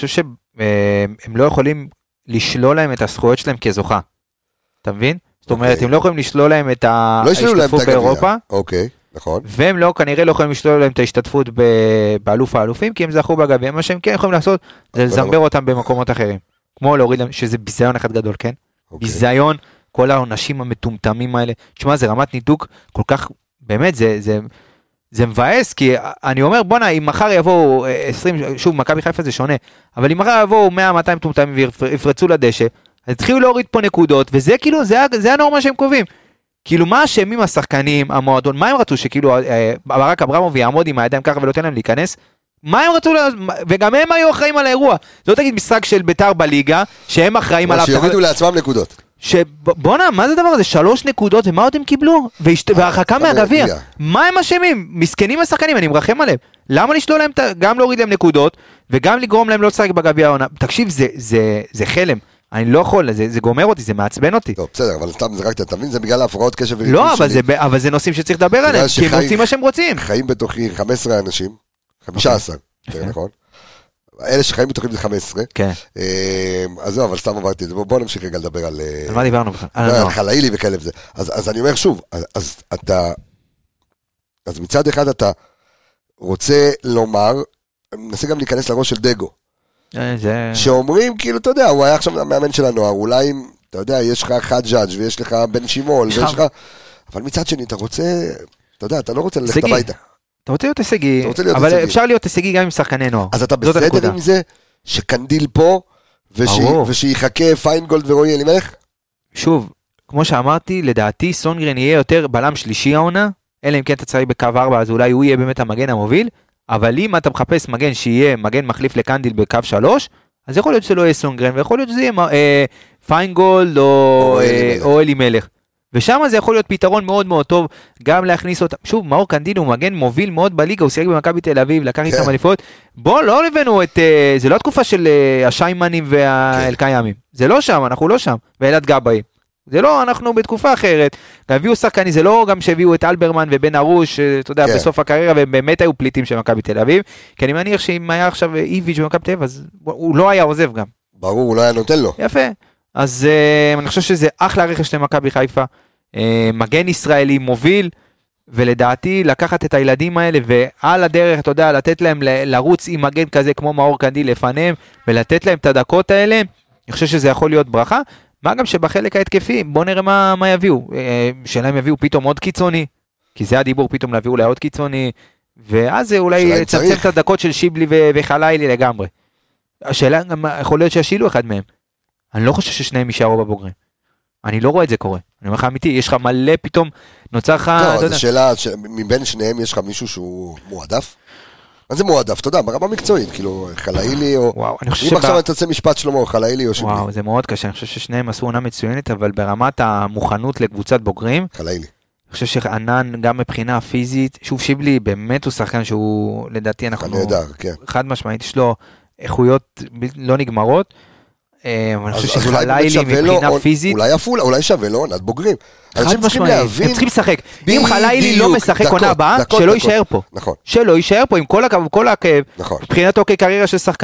שהם לא יכולים לשלול להם את הזכויות שלהם כזוכה. אתה מבין? זאת אומרת, הם לא יכולים לשלול להם את ההשתתפות באירופה. אוקיי, נכון. והם לא, כנראה לא יכולים לשלול להם את ההשתתפות באלוף האלופים, כי הם זכו בגביע. מה שהם כן יכולים לעשות, זה לזמבר אותם במקומות אחרים. כמו להוריד להם, שזה ביזיון אחד גדול, כן? ביזיון, כל העונשים המטומטמים האלה. תשמע, זה רמת ניתוק כל כך, באמת, זה, זה, זה מבאס, כי אני אומר, בונה, אם מחר יבואו עשרים, שוב, מכבי חיפה זה שונה, אבל אם מחר יבואו מאה מאתיים טומטמים ויפרצו לדשא, אז התחילו להוריד פה נקודות, וזה כאילו, זה, זה הנורמה שהם קובעים. כאילו, מה אשמים השחקנים, המועדון, מה הם רצו שכאילו, ברק אברמוב יעמוד עם הידיים ככה ולא תן להם להיכנס? מה הם רצו, וגם הם היו אחראים על האירוע. זה לא תגיד משחק של בית"ר בליגה, שהם אחראים עליו. שיורידו לעצמם נקודות. שבונה, מה זה דבר הזה? שלוש נקודות, ומה עוד הם קיבלו? והרחקה מהגביע. מה הם אשמים? מסכנים השחקנים, אני מרחם עליהם. למה לשלול להם, גם להוריד להם נקודות, וגם לגרום להם לא לשחק בגביע העונה? תקשיב, זה חלם. אני לא יכול, זה גומר אותי, זה מעצבן אותי. טוב, בסדר, אבל סתם זרקת, אתה מבין? זה בגלל ההפרעות קשב וריכוז שלי. לא, אבל זה נושאים שצריך לדבר עליהם, כי הם עושים מה שהם רוצים. חיים בתוכי חמישה עשר אנשים, חמישה עשר, נכון? אלה שחיים בתוכי זה חמש עשרה. כן. אז זהו, אבל סתם עברתי את זה. בואו נמשיך רגע לדבר על... על מה דיברנו בכלל? על חלאילי וכאלה וזה. אז אני אומר שוב, אז אתה... אז מצד אחד אתה רוצה לומר, מנסה גם להיכנס לראש של דגו. שאומרים, כאילו, אתה יודע, הוא היה עכשיו המאמן של הנוער, אולי, אתה יודע, יש לך חג'אג' ויש לך בן שימול, ויש לך... אבל מצד שני, אתה רוצה... אתה יודע, אתה לא רוצה ללכת הביתה. אתה רוצה להיות הישגי, אבל אפשר להיות הישגי גם עם שחקני נוער. אז אתה בסדר עם זה שקנדיל פה, ושיחכה פיינגולד ורועי אלימלך? שוב, כמו שאמרתי, לדעתי סונגרן יהיה יותר בלם שלישי העונה, אלא אם כן אתה צריך בקו ארבע, אז אולי הוא יהיה באמת המגן המוביל, אבל אם אתה מחפש מגן שיהיה מגן מחליף לקנדיל בקו שלוש, אז יכול להיות שלא יהיה סונגרן, ויכול להיות שזה יהיה פיינגולד או אלימלך. ושם זה יכול להיות פתרון מאוד מאוד טוב, גם להכניס אותם, שוב, מאור קנדיל הוא מגן מוביל מאוד בליגה, הוא שיחק במכבי תל אביב, לקח איתם אליפות, בוא, לא הבאנו את, זה לא התקופה של השיימנים והאלקיימים, זה לא שם, אנחנו לא שם, ואלעד גבאי, זה לא, אנחנו בתקופה אחרת, הביאו שחקני, זה לא גם שהביאו את אלברמן ובן ארוש, אתה יודע, בסוף הקריירה, והם באמת היו פליטים של מכבי תל אביב, כי אני מניח שאם היה עכשיו איביץ' במכבי תל אביב, אז הוא לא היה עוזב גם. ברור, הוא לא היה נותן לו. יפה. אז uh, אני חושב שזה אחלה רכש למכבי חיפה, uh, מגן ישראלי מוביל, ולדעתי לקחת את הילדים האלה, ועל הדרך, אתה יודע, לתת להם ל- לרוץ עם מגן כזה כמו מאור קנדיל לפניהם, ולתת להם את הדקות האלה, אני חושב שזה יכול להיות ברכה, מה גם שבחלק ההתקפי, בוא נראה מה, מה יביאו, uh, שלהם יביאו פתאום עוד קיצוני, כי זה הדיבור פתאום להביאו לה עוד קיצוני, ואז זה אולי צמצם את הדקות של שיבלי ו- וחלאילי לגמרי. השאלה, יכול להיות שישילו אחד מהם. אני לא חושב ששניהם יישארו בבוגרים. אני לא רואה את זה קורה. אני אומר לך אמיתי, יש לך מלא פתאום, נוצר לך... לא, זו שאלה, מבין שניהם יש לך מישהו שהוא מועדף? מה זה מועדף? אתה יודע, ברמה מקצועית, כאילו, חלאילי או... וואו, אני חושב אם עכשיו אתה תצא משפט שלמה, חלאילי או שיבלי. וואו, זה מאוד קשה, אני חושב ששניהם עשו עונה מצוינת, אבל ברמת המוכנות לקבוצת בוגרים... חלאילי. אני חושב שענן, גם מבחינה פיזית, שוב שיבלי, באמת הוא שחקן שהוא, לדעתי, אנחנו... נהדר, כן. חד משמעית, יש לו איכויות לא נגמרות, אני חושב שחלאילי מבחינה פיזית אולי אפולה, אולי שווה לו עונת בוגרים. חד משמעית, הם צריכים לשחק. אם חלאילי לא משחק עונה הבאה, שלא יישאר פה. שלא יישאר פה עם כל הכאב, מבחינתו כקריירה של שחקן,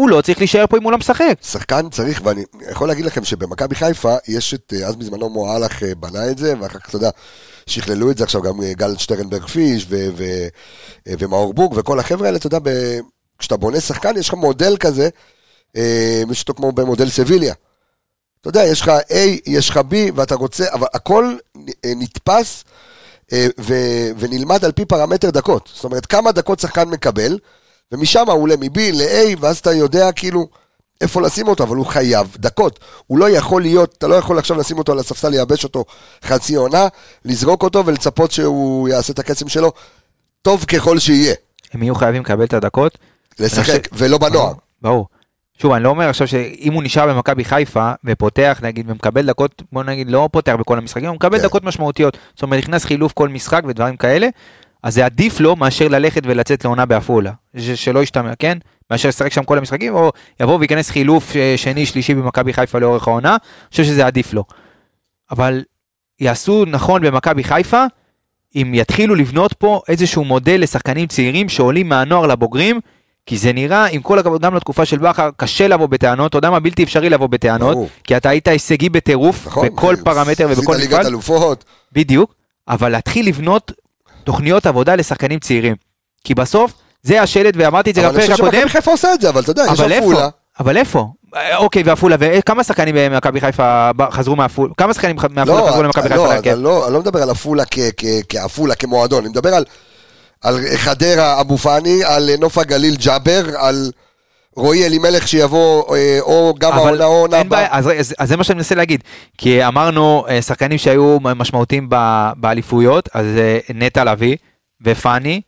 הוא לא צריך להישאר פה אם הוא לא משחק. שחקן צריך, ואני יכול להגיד לכם שבמכבי חיפה, יש את, אז בזמנו מועלך בנה את זה, ואחר כך, אתה יודע, שכללו את זה עכשיו גם גל שטרנברג פיש, ו- ו- ומאור בורג, וכל החבר'ה האלה, אתה יודע, ב- כשאתה בונה שחקן, יש לך מודל כזה, משהו כמו במודל סביליה. אתה יודע, יש לך A, יש לך B, ואתה רוצה, אבל הכל נתפס, ו- ונלמד על פי פרמטר דקות. זאת אומרת, כמה דקות שחקן מקבל, ומשם הוא עולה מ-B ל-A, ואז אתה יודע כאילו איפה לשים אותו, אבל הוא חייב דקות. הוא לא יכול להיות, אתה לא יכול עכשיו לשים אותו על הספסל, לייבש אותו חצי עונה, לזרוק אותו ולצפות שהוא יעשה את הקצם שלו, טוב ככל שיהיה. הם יהיו חייבים לקבל את הדקות. לשחק, ולא בנוער. ברור. שוב, אני לא אומר עכשיו שאם הוא נשאר במכבי חיפה, ופותח, נגיד, ומקבל דקות, בוא נגיד, לא פותח בכל המשחקים, הוא מקבל דקות משמעותיות. זאת אומרת, נכנס חילוף כל משחק ודברים כאלה, אז זה עדיף לו מאשר ללכת ולצאת לעונה בעפולה, שלא ישתמע, כן? מאשר לשחק שם כל המשחקים, או יבוא וייכנס חילוף שני, שלישי במכבי חיפה לאורך העונה, אני חושב שזה עדיף לו. אבל יעשו נכון במכבי חיפה, אם יתחילו לבנות פה איזשהו מודל לשחקנים צעירים שעולים מהנוער לבוגרים, כי זה נראה, עם כל הכבוד גם לתקופה של בכר, קשה לבוא בטענות, אתה יודע מה, בלתי אפשרי לבוא בטענות, כי אתה היית הישגי בטירוף, בכל פרמטר ובכל מפעל. בדיוק, אבל להתחיל לבנות תוכניות עבודה לשחקנים צעירים. כי בסוף, זה השלט, ואמרתי את זה גם פרק הקודם. אבל אני חושב שמכבי חיפה עושה את זה, אבל אתה יודע, יש אפולה. אבל איפה? אוקיי, ואפולה, וכמה שחקנים במכבי חיפה חזרו מאפולה? כמה שחקנים מאפולה חזרו למכבי חיפה? לא, אני לא מדבר על אפולה כאפולה, כמועדון, אני מדבר על חדרה אבו פאני, על נוף הגליל ג'אבר, על רועי אלימלך שיבוא, או גם העונה או עונה הבאה. אז זה מה שאני מנסה להגיד, כי אמרנו שחקנים שהיו משמעותיים באליפויות, אז נטע לביא ופאני,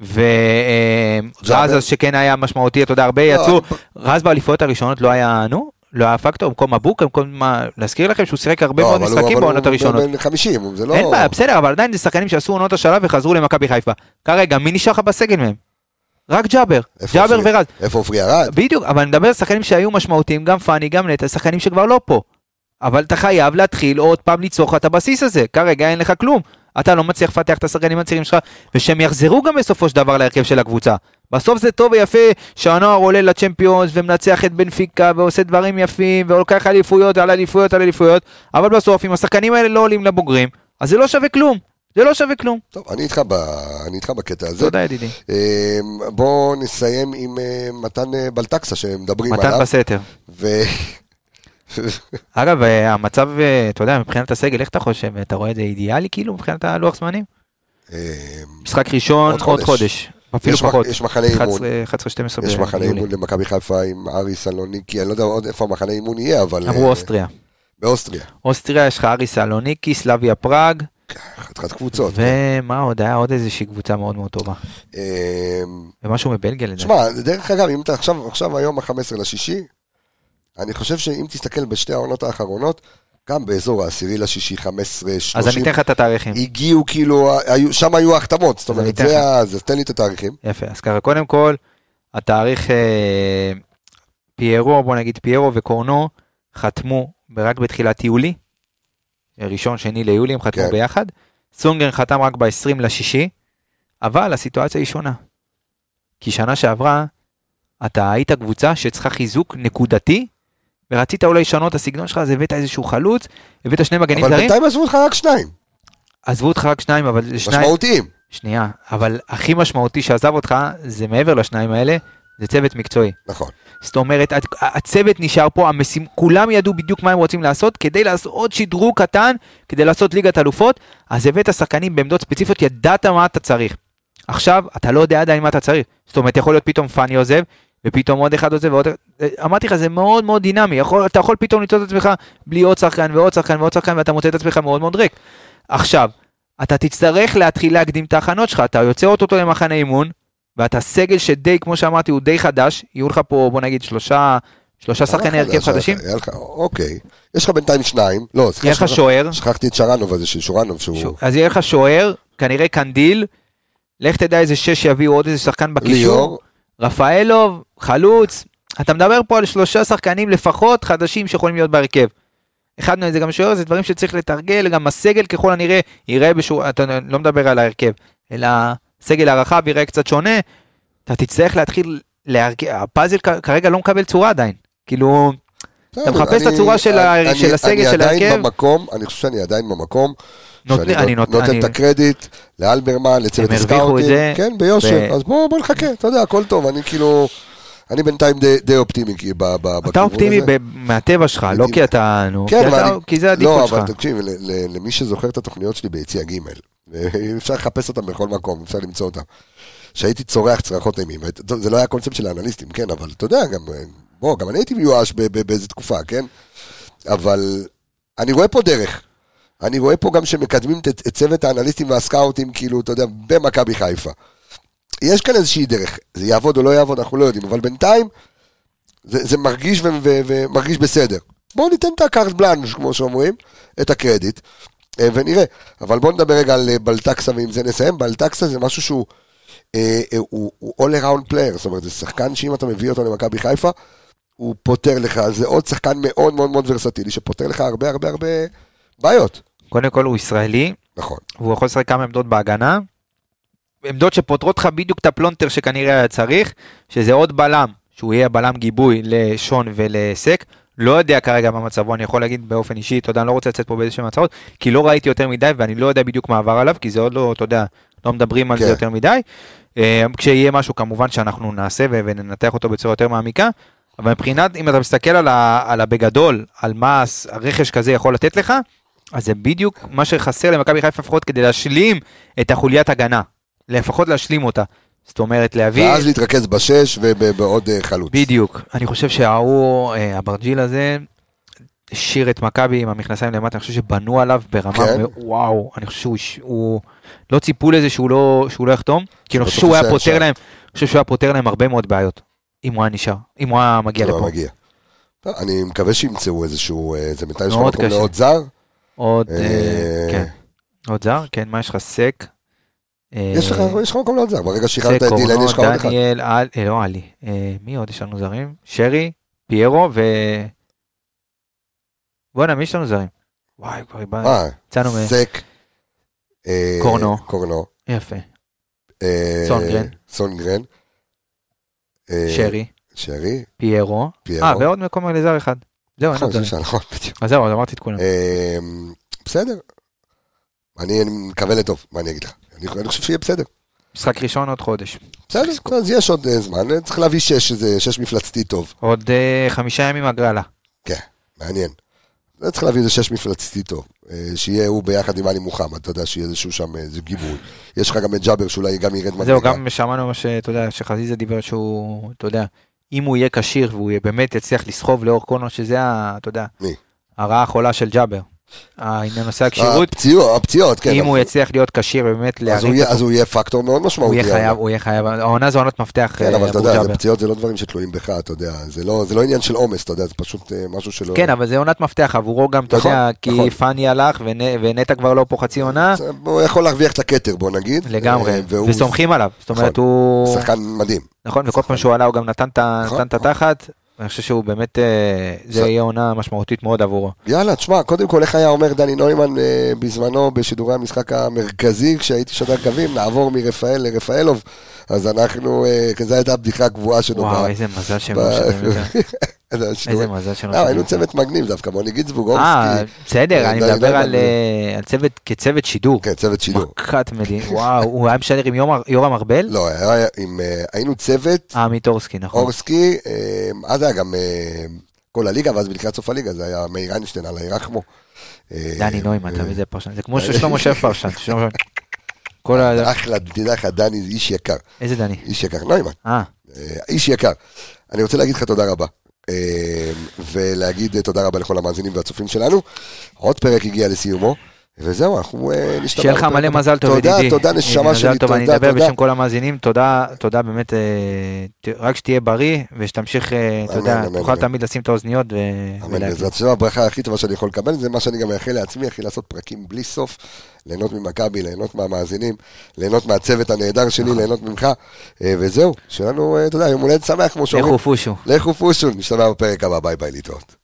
ורז אז שכן היה משמעותי, אתה יודע, הרבה יצאו, רז באליפויות הראשונות לא היה, נו, לא היה פקטור, במקום מבוק, במקום מה, להזכיר לכם שהוא שיחק הרבה מאוד משחקים בעונות הראשונות. אבל הוא בן חמישים, זה לא... אין בעיה, בסדר, אבל עדיין זה שחקנים שעשו עונות השלב וחזרו למכבי חיפה. כרגע, מי נשאר לך בסגל מהם? רק ג'אבר, ג'אבר ורז. איפה אופרי ארד? בדיוק, אבל נדבר על שחקנים שהיו משמעותיים, גם פאני, גם נטע, שחקנים שכבר לא פה. אבל אתה חייב להתחיל עוד פעם ליצור את הבסיס הזה. כרגע אין לך כלום. אתה לא מצליח לפתח את השחקנים הצעירים שלך, ושהם יחזרו גם בסופו של דבר להרכב של הקבוצה. בסוף זה טוב ויפה שהנוער עולה לצ'מפיונס ומנצח את בנפיקה ועושה דברים יפים ולוקח אליפויות על אליפויות על אליפויות, אבל בסוף אם השחקנים האלה לא עולים לבוגרים, אז זה לא שווה כלום. זה לא שווה כלום. טוב, אני איתך, ב... אני איתך בקטע הזה. תודה ידידי. בואו נסיים עם מתן בלטקסה שמדברים מתן עליו. מתן בסתר. ו... אגב, המצב, אתה יודע, מבחינת הסגל, איך אתה חושב? אתה רואה את זה אידיאלי כאילו מבחינת הלוח זמנים? משחק ראשון, עוד חודש. אפילו פחות. יש מחנה אימון. אחת עשרה שתים עשרה יש מחנה אימון למכבי חיפה עם ארי סלוניקי, אני לא יודע עוד איפה המחנה אימון יהיה, אבל... אמרו אוסטריה. באוסטריה. אוסטריה, יש לך ארי סלוניקי, סלאביה פראג. חתיכת קבוצות. ומה עוד? היה עוד איזושהי קבוצה מאוד מאוד טובה. ומשהו מבלגיה לדעת. שמע, דרך אגב, אם אתה עכשיו היום ה-חמישה עשר לשישי, אני חושב שאם תסתכל בשתי העונות האחרונות, גם באזור העשירי לשישי, חמש עשרה, שלושים. אז אני אתן לך את התאריכים. הגיעו כאילו, שם היו ההחתמות, זאת אומרת, זה תן לי את התאריכים. יפה, אז ככה, קודם כל, התאריך פיירו, בוא נגיד פיירו וקורנו, חתמו רק בתחילת יולי, ראשון, שני ליולי, הם חתמו ביחד. סונגרן חתם רק ב-עשרים לשישי, אבל הסיטואציה היא שונה. כי שנה שעברה, אתה היית קבוצה שצריכה חיזוק נקודתי, ורצית אולי לשנות הסגנון שלך, אז הבאת איזשהו חלוץ, הבאת שני מגנים זרים. אבל בינתיים עזבו אותך רק שניים. עזבו אותך רק שניים, אבל שניים... משמעותיים. שנייה, אבל הכי משמעותי שעזב אותך, זה מעבר לשניים האלה, זה צוות מקצועי. נכון. זאת אומרת, הצוות נשאר פה, המשימ... כולם ידעו בדיוק מה הם רוצים לעשות, כדי לעשות עוד שדרוג קטן, כדי לעשות ליגת אלופות, אז הבאת שחקנים בעמדות ספציפיות, ידעת מה אתה צריך. עכשיו, אתה לא יודע עדיין מה אתה צריך. זאת אומרת, יכול להיות פתאום פאני עוזב, ופתאום עוד אחד עוזב, ועוד... אמרתי לך, זה מאוד מאוד דינמי. יכול... אתה יכול פתאום למצוא את עצמך בלי עוד שחקן ועוד שחקן ועוד שחקן, ואתה מוצא את עצמך מאוד מאוד ריק. עכשיו, אתה תצטרך להתחיל להקדים את ההכנות שלך, אתה יוצא אותו למחנה אימון, ואתה סגל שדי, כמו שאמרתי, הוא די חדש, יהיו לך פה, בוא נגיד, שלושה, שלושה שחקני הרכב חדשים. אוקיי. יש לך בינתיים שניים. לא, יהיה לך שוער. שכחתי את שרנוב הזה, שורנוב שהוא... אז יהיה לך שוער, כנראה קנדיל, לך תדע איזה שש יביאו עוד איזה שחקן בקישור. רפאלוב, חלוץ. אתה מדבר פה על שלושה שחקנים לפחות חדשים שיכולים להיות בהרכב. אחד מהם זה גם שוער, זה דברים שצריך לתרגל, גם הסגל ככל הנראה יראה בשור, אתה לא מדבר על ההרכב, אלא סגל הרחב יראה קצת שונה, אתה תצטרך להתחיל הפאזל כרגע לא מקבל צורה עדיין, כאילו, אתה מחפש את הצורה של הסגל, של ההרכב. אני חושב שאני עדיין במקום, שאני נותן את הקרדיט לאלברמן, לצוות הסקאוטים, כן, ביושר, אז בואו נחכה, אתה יודע, הכל טוב, אני כאילו, אני בינתיים די אופטימי בכיוון הזה. אתה אופטימי מהטבע שלך, לא כי אתה, כי זה הדיפות שלך. לא, אבל תקשיב, למי שזוכר את התוכניות שלי ביציע ג' אפשר לחפש אותם בכל מקום, אפשר למצוא אותם. שהייתי צורח צרחות אימים, זה לא היה קונספט של האנליסטים, כן, אבל אתה יודע, גם, בוא, גם אני הייתי מיואש באיזו תקופה, כן? אבל אני רואה פה דרך. אני רואה פה גם שמקדמים את צוות האנליסטים והסקאוטים, כאילו, אתה יודע, במכבי חיפה. יש כאן איזושהי דרך, זה יעבוד או לא יעבוד, אנחנו לא יודעים, אבל בינתיים, זה, זה מרגיש ו- ו- ומרגיש בסדר. בואו ניתן את הקארט בלאנש, כמו שאומרים, את הקרדיט, ונראה. אבל בואו נדבר רגע על בלטקסה, ואם זה נסיים, בלטקסה זה משהו שהוא, הוא, הוא all around player, זאת אומרת, זה שחקן שאם אתה מביא אותו למכבי חיפה, הוא פותר לך, זה עוד שחקן מאוד מאוד מאוד ורסטילי, שפותר לך הרבה הרבה הרבה בעיות. קודם כל הוא ישראלי, נכון. והוא יכול לשחק כמה עמדות בהגנה, עמדות שפותרות לך בדיוק את הפלונטר שכנראה היה צריך, שזה עוד בלם, שהוא יהיה בלם גיבוי לשון ולסק, לא יודע כרגע מה מצבו, אני יכול להגיד באופן אישי, אתה יודע, אני לא רוצה לצאת פה באיזשהם מצאות, כי לא ראיתי יותר מדי, ואני לא יודע בדיוק מה עבר עליו, כי זה עוד לא, אתה יודע, לא מדברים על זה יותר מדי, כשיהיה משהו כמובן שאנחנו נעשה וננתח אותו בצורה יותר מעמיקה, אבל מבחינת, אם אתה מסתכל על, ה, על הבגדול, על מה הרכש כזה יכול לתת לך, אז זה בדיוק מה שחסר למכבי חיפה לפחות כדי להשלים את החוליית הגנה, לפחות להשלים אותה. זאת אומרת, להביא... ואז להתרכז בשש ובעוד חלוץ. בדיוק. אני חושב שההוא, הברג'יל הזה, השאיר את מכבי עם המכנסיים למטה, אני חושב שבנו עליו ברמה, כן. וואו, אני חושב שהוא, שהוא לא ציפו לזה שהוא לא, שהוא לא יחתום, כי אני חושב שהוא היה פותר להם, אני חושב שהוא היה פותר להם הרבה מאוד בעיות, אם הוא היה נשאר, אם הוא היה מגיע לפה. מגיע. אני מקווה שימצאו איזשהו, זה מתי יש לך מקום לעוד זר? עוד, כן. עוד זר, כן, מה יש לך סק? יש לך, יש לך מקום לעוד זר, ברגע שחררת את דילן, יש לך עוד אחד. דניאל, לא, עלי. מי עוד יש לנו זרים? שרי, פיירו ו... בוא'נה, מי יש לנו זרים? וואי, כבר בא... אה, סק. קורנו. קורנו. יפה. סונגרן. סונגרן. שרי. שרי. פיירו. אה, ועוד מקום לזר אחד. זהו, אין עוד זרים. נכון, בדיוק. אז זהו, אז אמרתי את כולם. בסדר. אני מקווה לטוב, מה אני אגיד לך? אני חושב שיהיה בסדר. משחק ראשון עוד חודש. בסדר, אז יש עוד זמן, צריך להביא שש, זה שש מפלצתי טוב. עוד חמישה ימים הגרלה. כן, מעניין. צריך להביא איזה שש מפלצתי טוב, שיהיה הוא ביחד עם עלי מוחמד, אתה יודע, שיהיה איזשהו שם, איזה גיבוי. יש לך גם את ג'אבר, שאולי גם ירד מדרגה. זהו, גם שמענו מה שאתה יודע, שחזיזה דיבר שהוא, אתה יודע, אם הוא יהיה קשיר, והוא באמת יצליח לסחוב לאור קונו, שזה, אתה יודע, הרעה החולה של ג'אבר. העניין עושה הקשירות, הפציעות, כן. אם הוא יצליח להיות קשיר באמת להרים, אז הוא יהיה פקטור מאוד משמעותי. הוא יהיה חייב, העונה זו עונת מפתח. כן, אבל אתה יודע, פציעות זה לא דברים שתלויים בך, אתה יודע, זה לא עניין של עומס, אתה יודע, זה פשוט משהו שלא... כן, אבל זה עונת מפתח עבורו גם, אתה יודע, כי פני הלך ונטע כבר לא פה חצי עונה. הוא יכול להרוויח את הקטר, בוא נגיד. לגמרי, וסומכים עליו, זאת אומרת הוא... שחקן מדהים. נכון, וכל פעם שהוא עלה הוא גם נתן את התחת. אני חושב שהוא באמת, זה יהיה עונה משמעותית מאוד עבורו. יאללה, תשמע, קודם כל איך היה אומר דני נוימן בזמנו בשידורי המשחק המרכזי, כשהייתי שודר קווים, נעבור מרפאל לרפאלוב, אז אנחנו, כזה הייתה בדיחה קבועה שלו. וואו, איזה מזל שהם לא שומעים את זה. איזה מזל שלא שומעים. היינו צוות מגניב דווקא, בוא נגיד זבוג אה, בסדר, אני מדבר על צוות, כצוות שידור. כן, צוות שידור. מכת מדהים, וואו, הוא היה משדר עם יורם ארבל? לא, היינו צוות. עמית אורסקי, נכון. אורסקי, אז היה גם כל הליגה, ואז בלקראת סוף הליגה, זה היה מאיר איינשטיין על הירחמו. דני נוימן, תמיד זה פרשן, זה כמו ששלמה שף פרשן. אחלה, תדע לך, דני זה איש יקר. איזה דני? איש יקר, נוימן. איש יקר. אני רוצה להגיד לך תודה רבה. ולהגיד תודה רבה לכל המאזינים והצופים שלנו. עוד פרק הגיע לסיומו, וזהו, אנחנו נשתמע. שיהיה לך מלא מזל טוב, ידידי. תודה, תודה, נשמה שלי, תודה, אני אדבר בשם כל המאזינים, תודה, תודה באמת, רק שתהיה בריא, ושתמשיך, אתה יודע, תוכל תמיד לשים את האוזניות. בעזרת השם, הברכה הכי טובה שאני יכול לקבל, זה מה שאני גם מאחל לעצמי, הכי לעשות פרקים בלי סוף, ליהנות ממכבי, ליהנות מהמאזינים, ליהנות מהצוות הנהדר שלי, ליהנות ממך, וזהו, שלנו, אתה יודע, יום הולדת שמח כמו שאומרים. לכו פושו. לכו פושו, נשתמע בפרק הבא, ביי ביי, להתראות.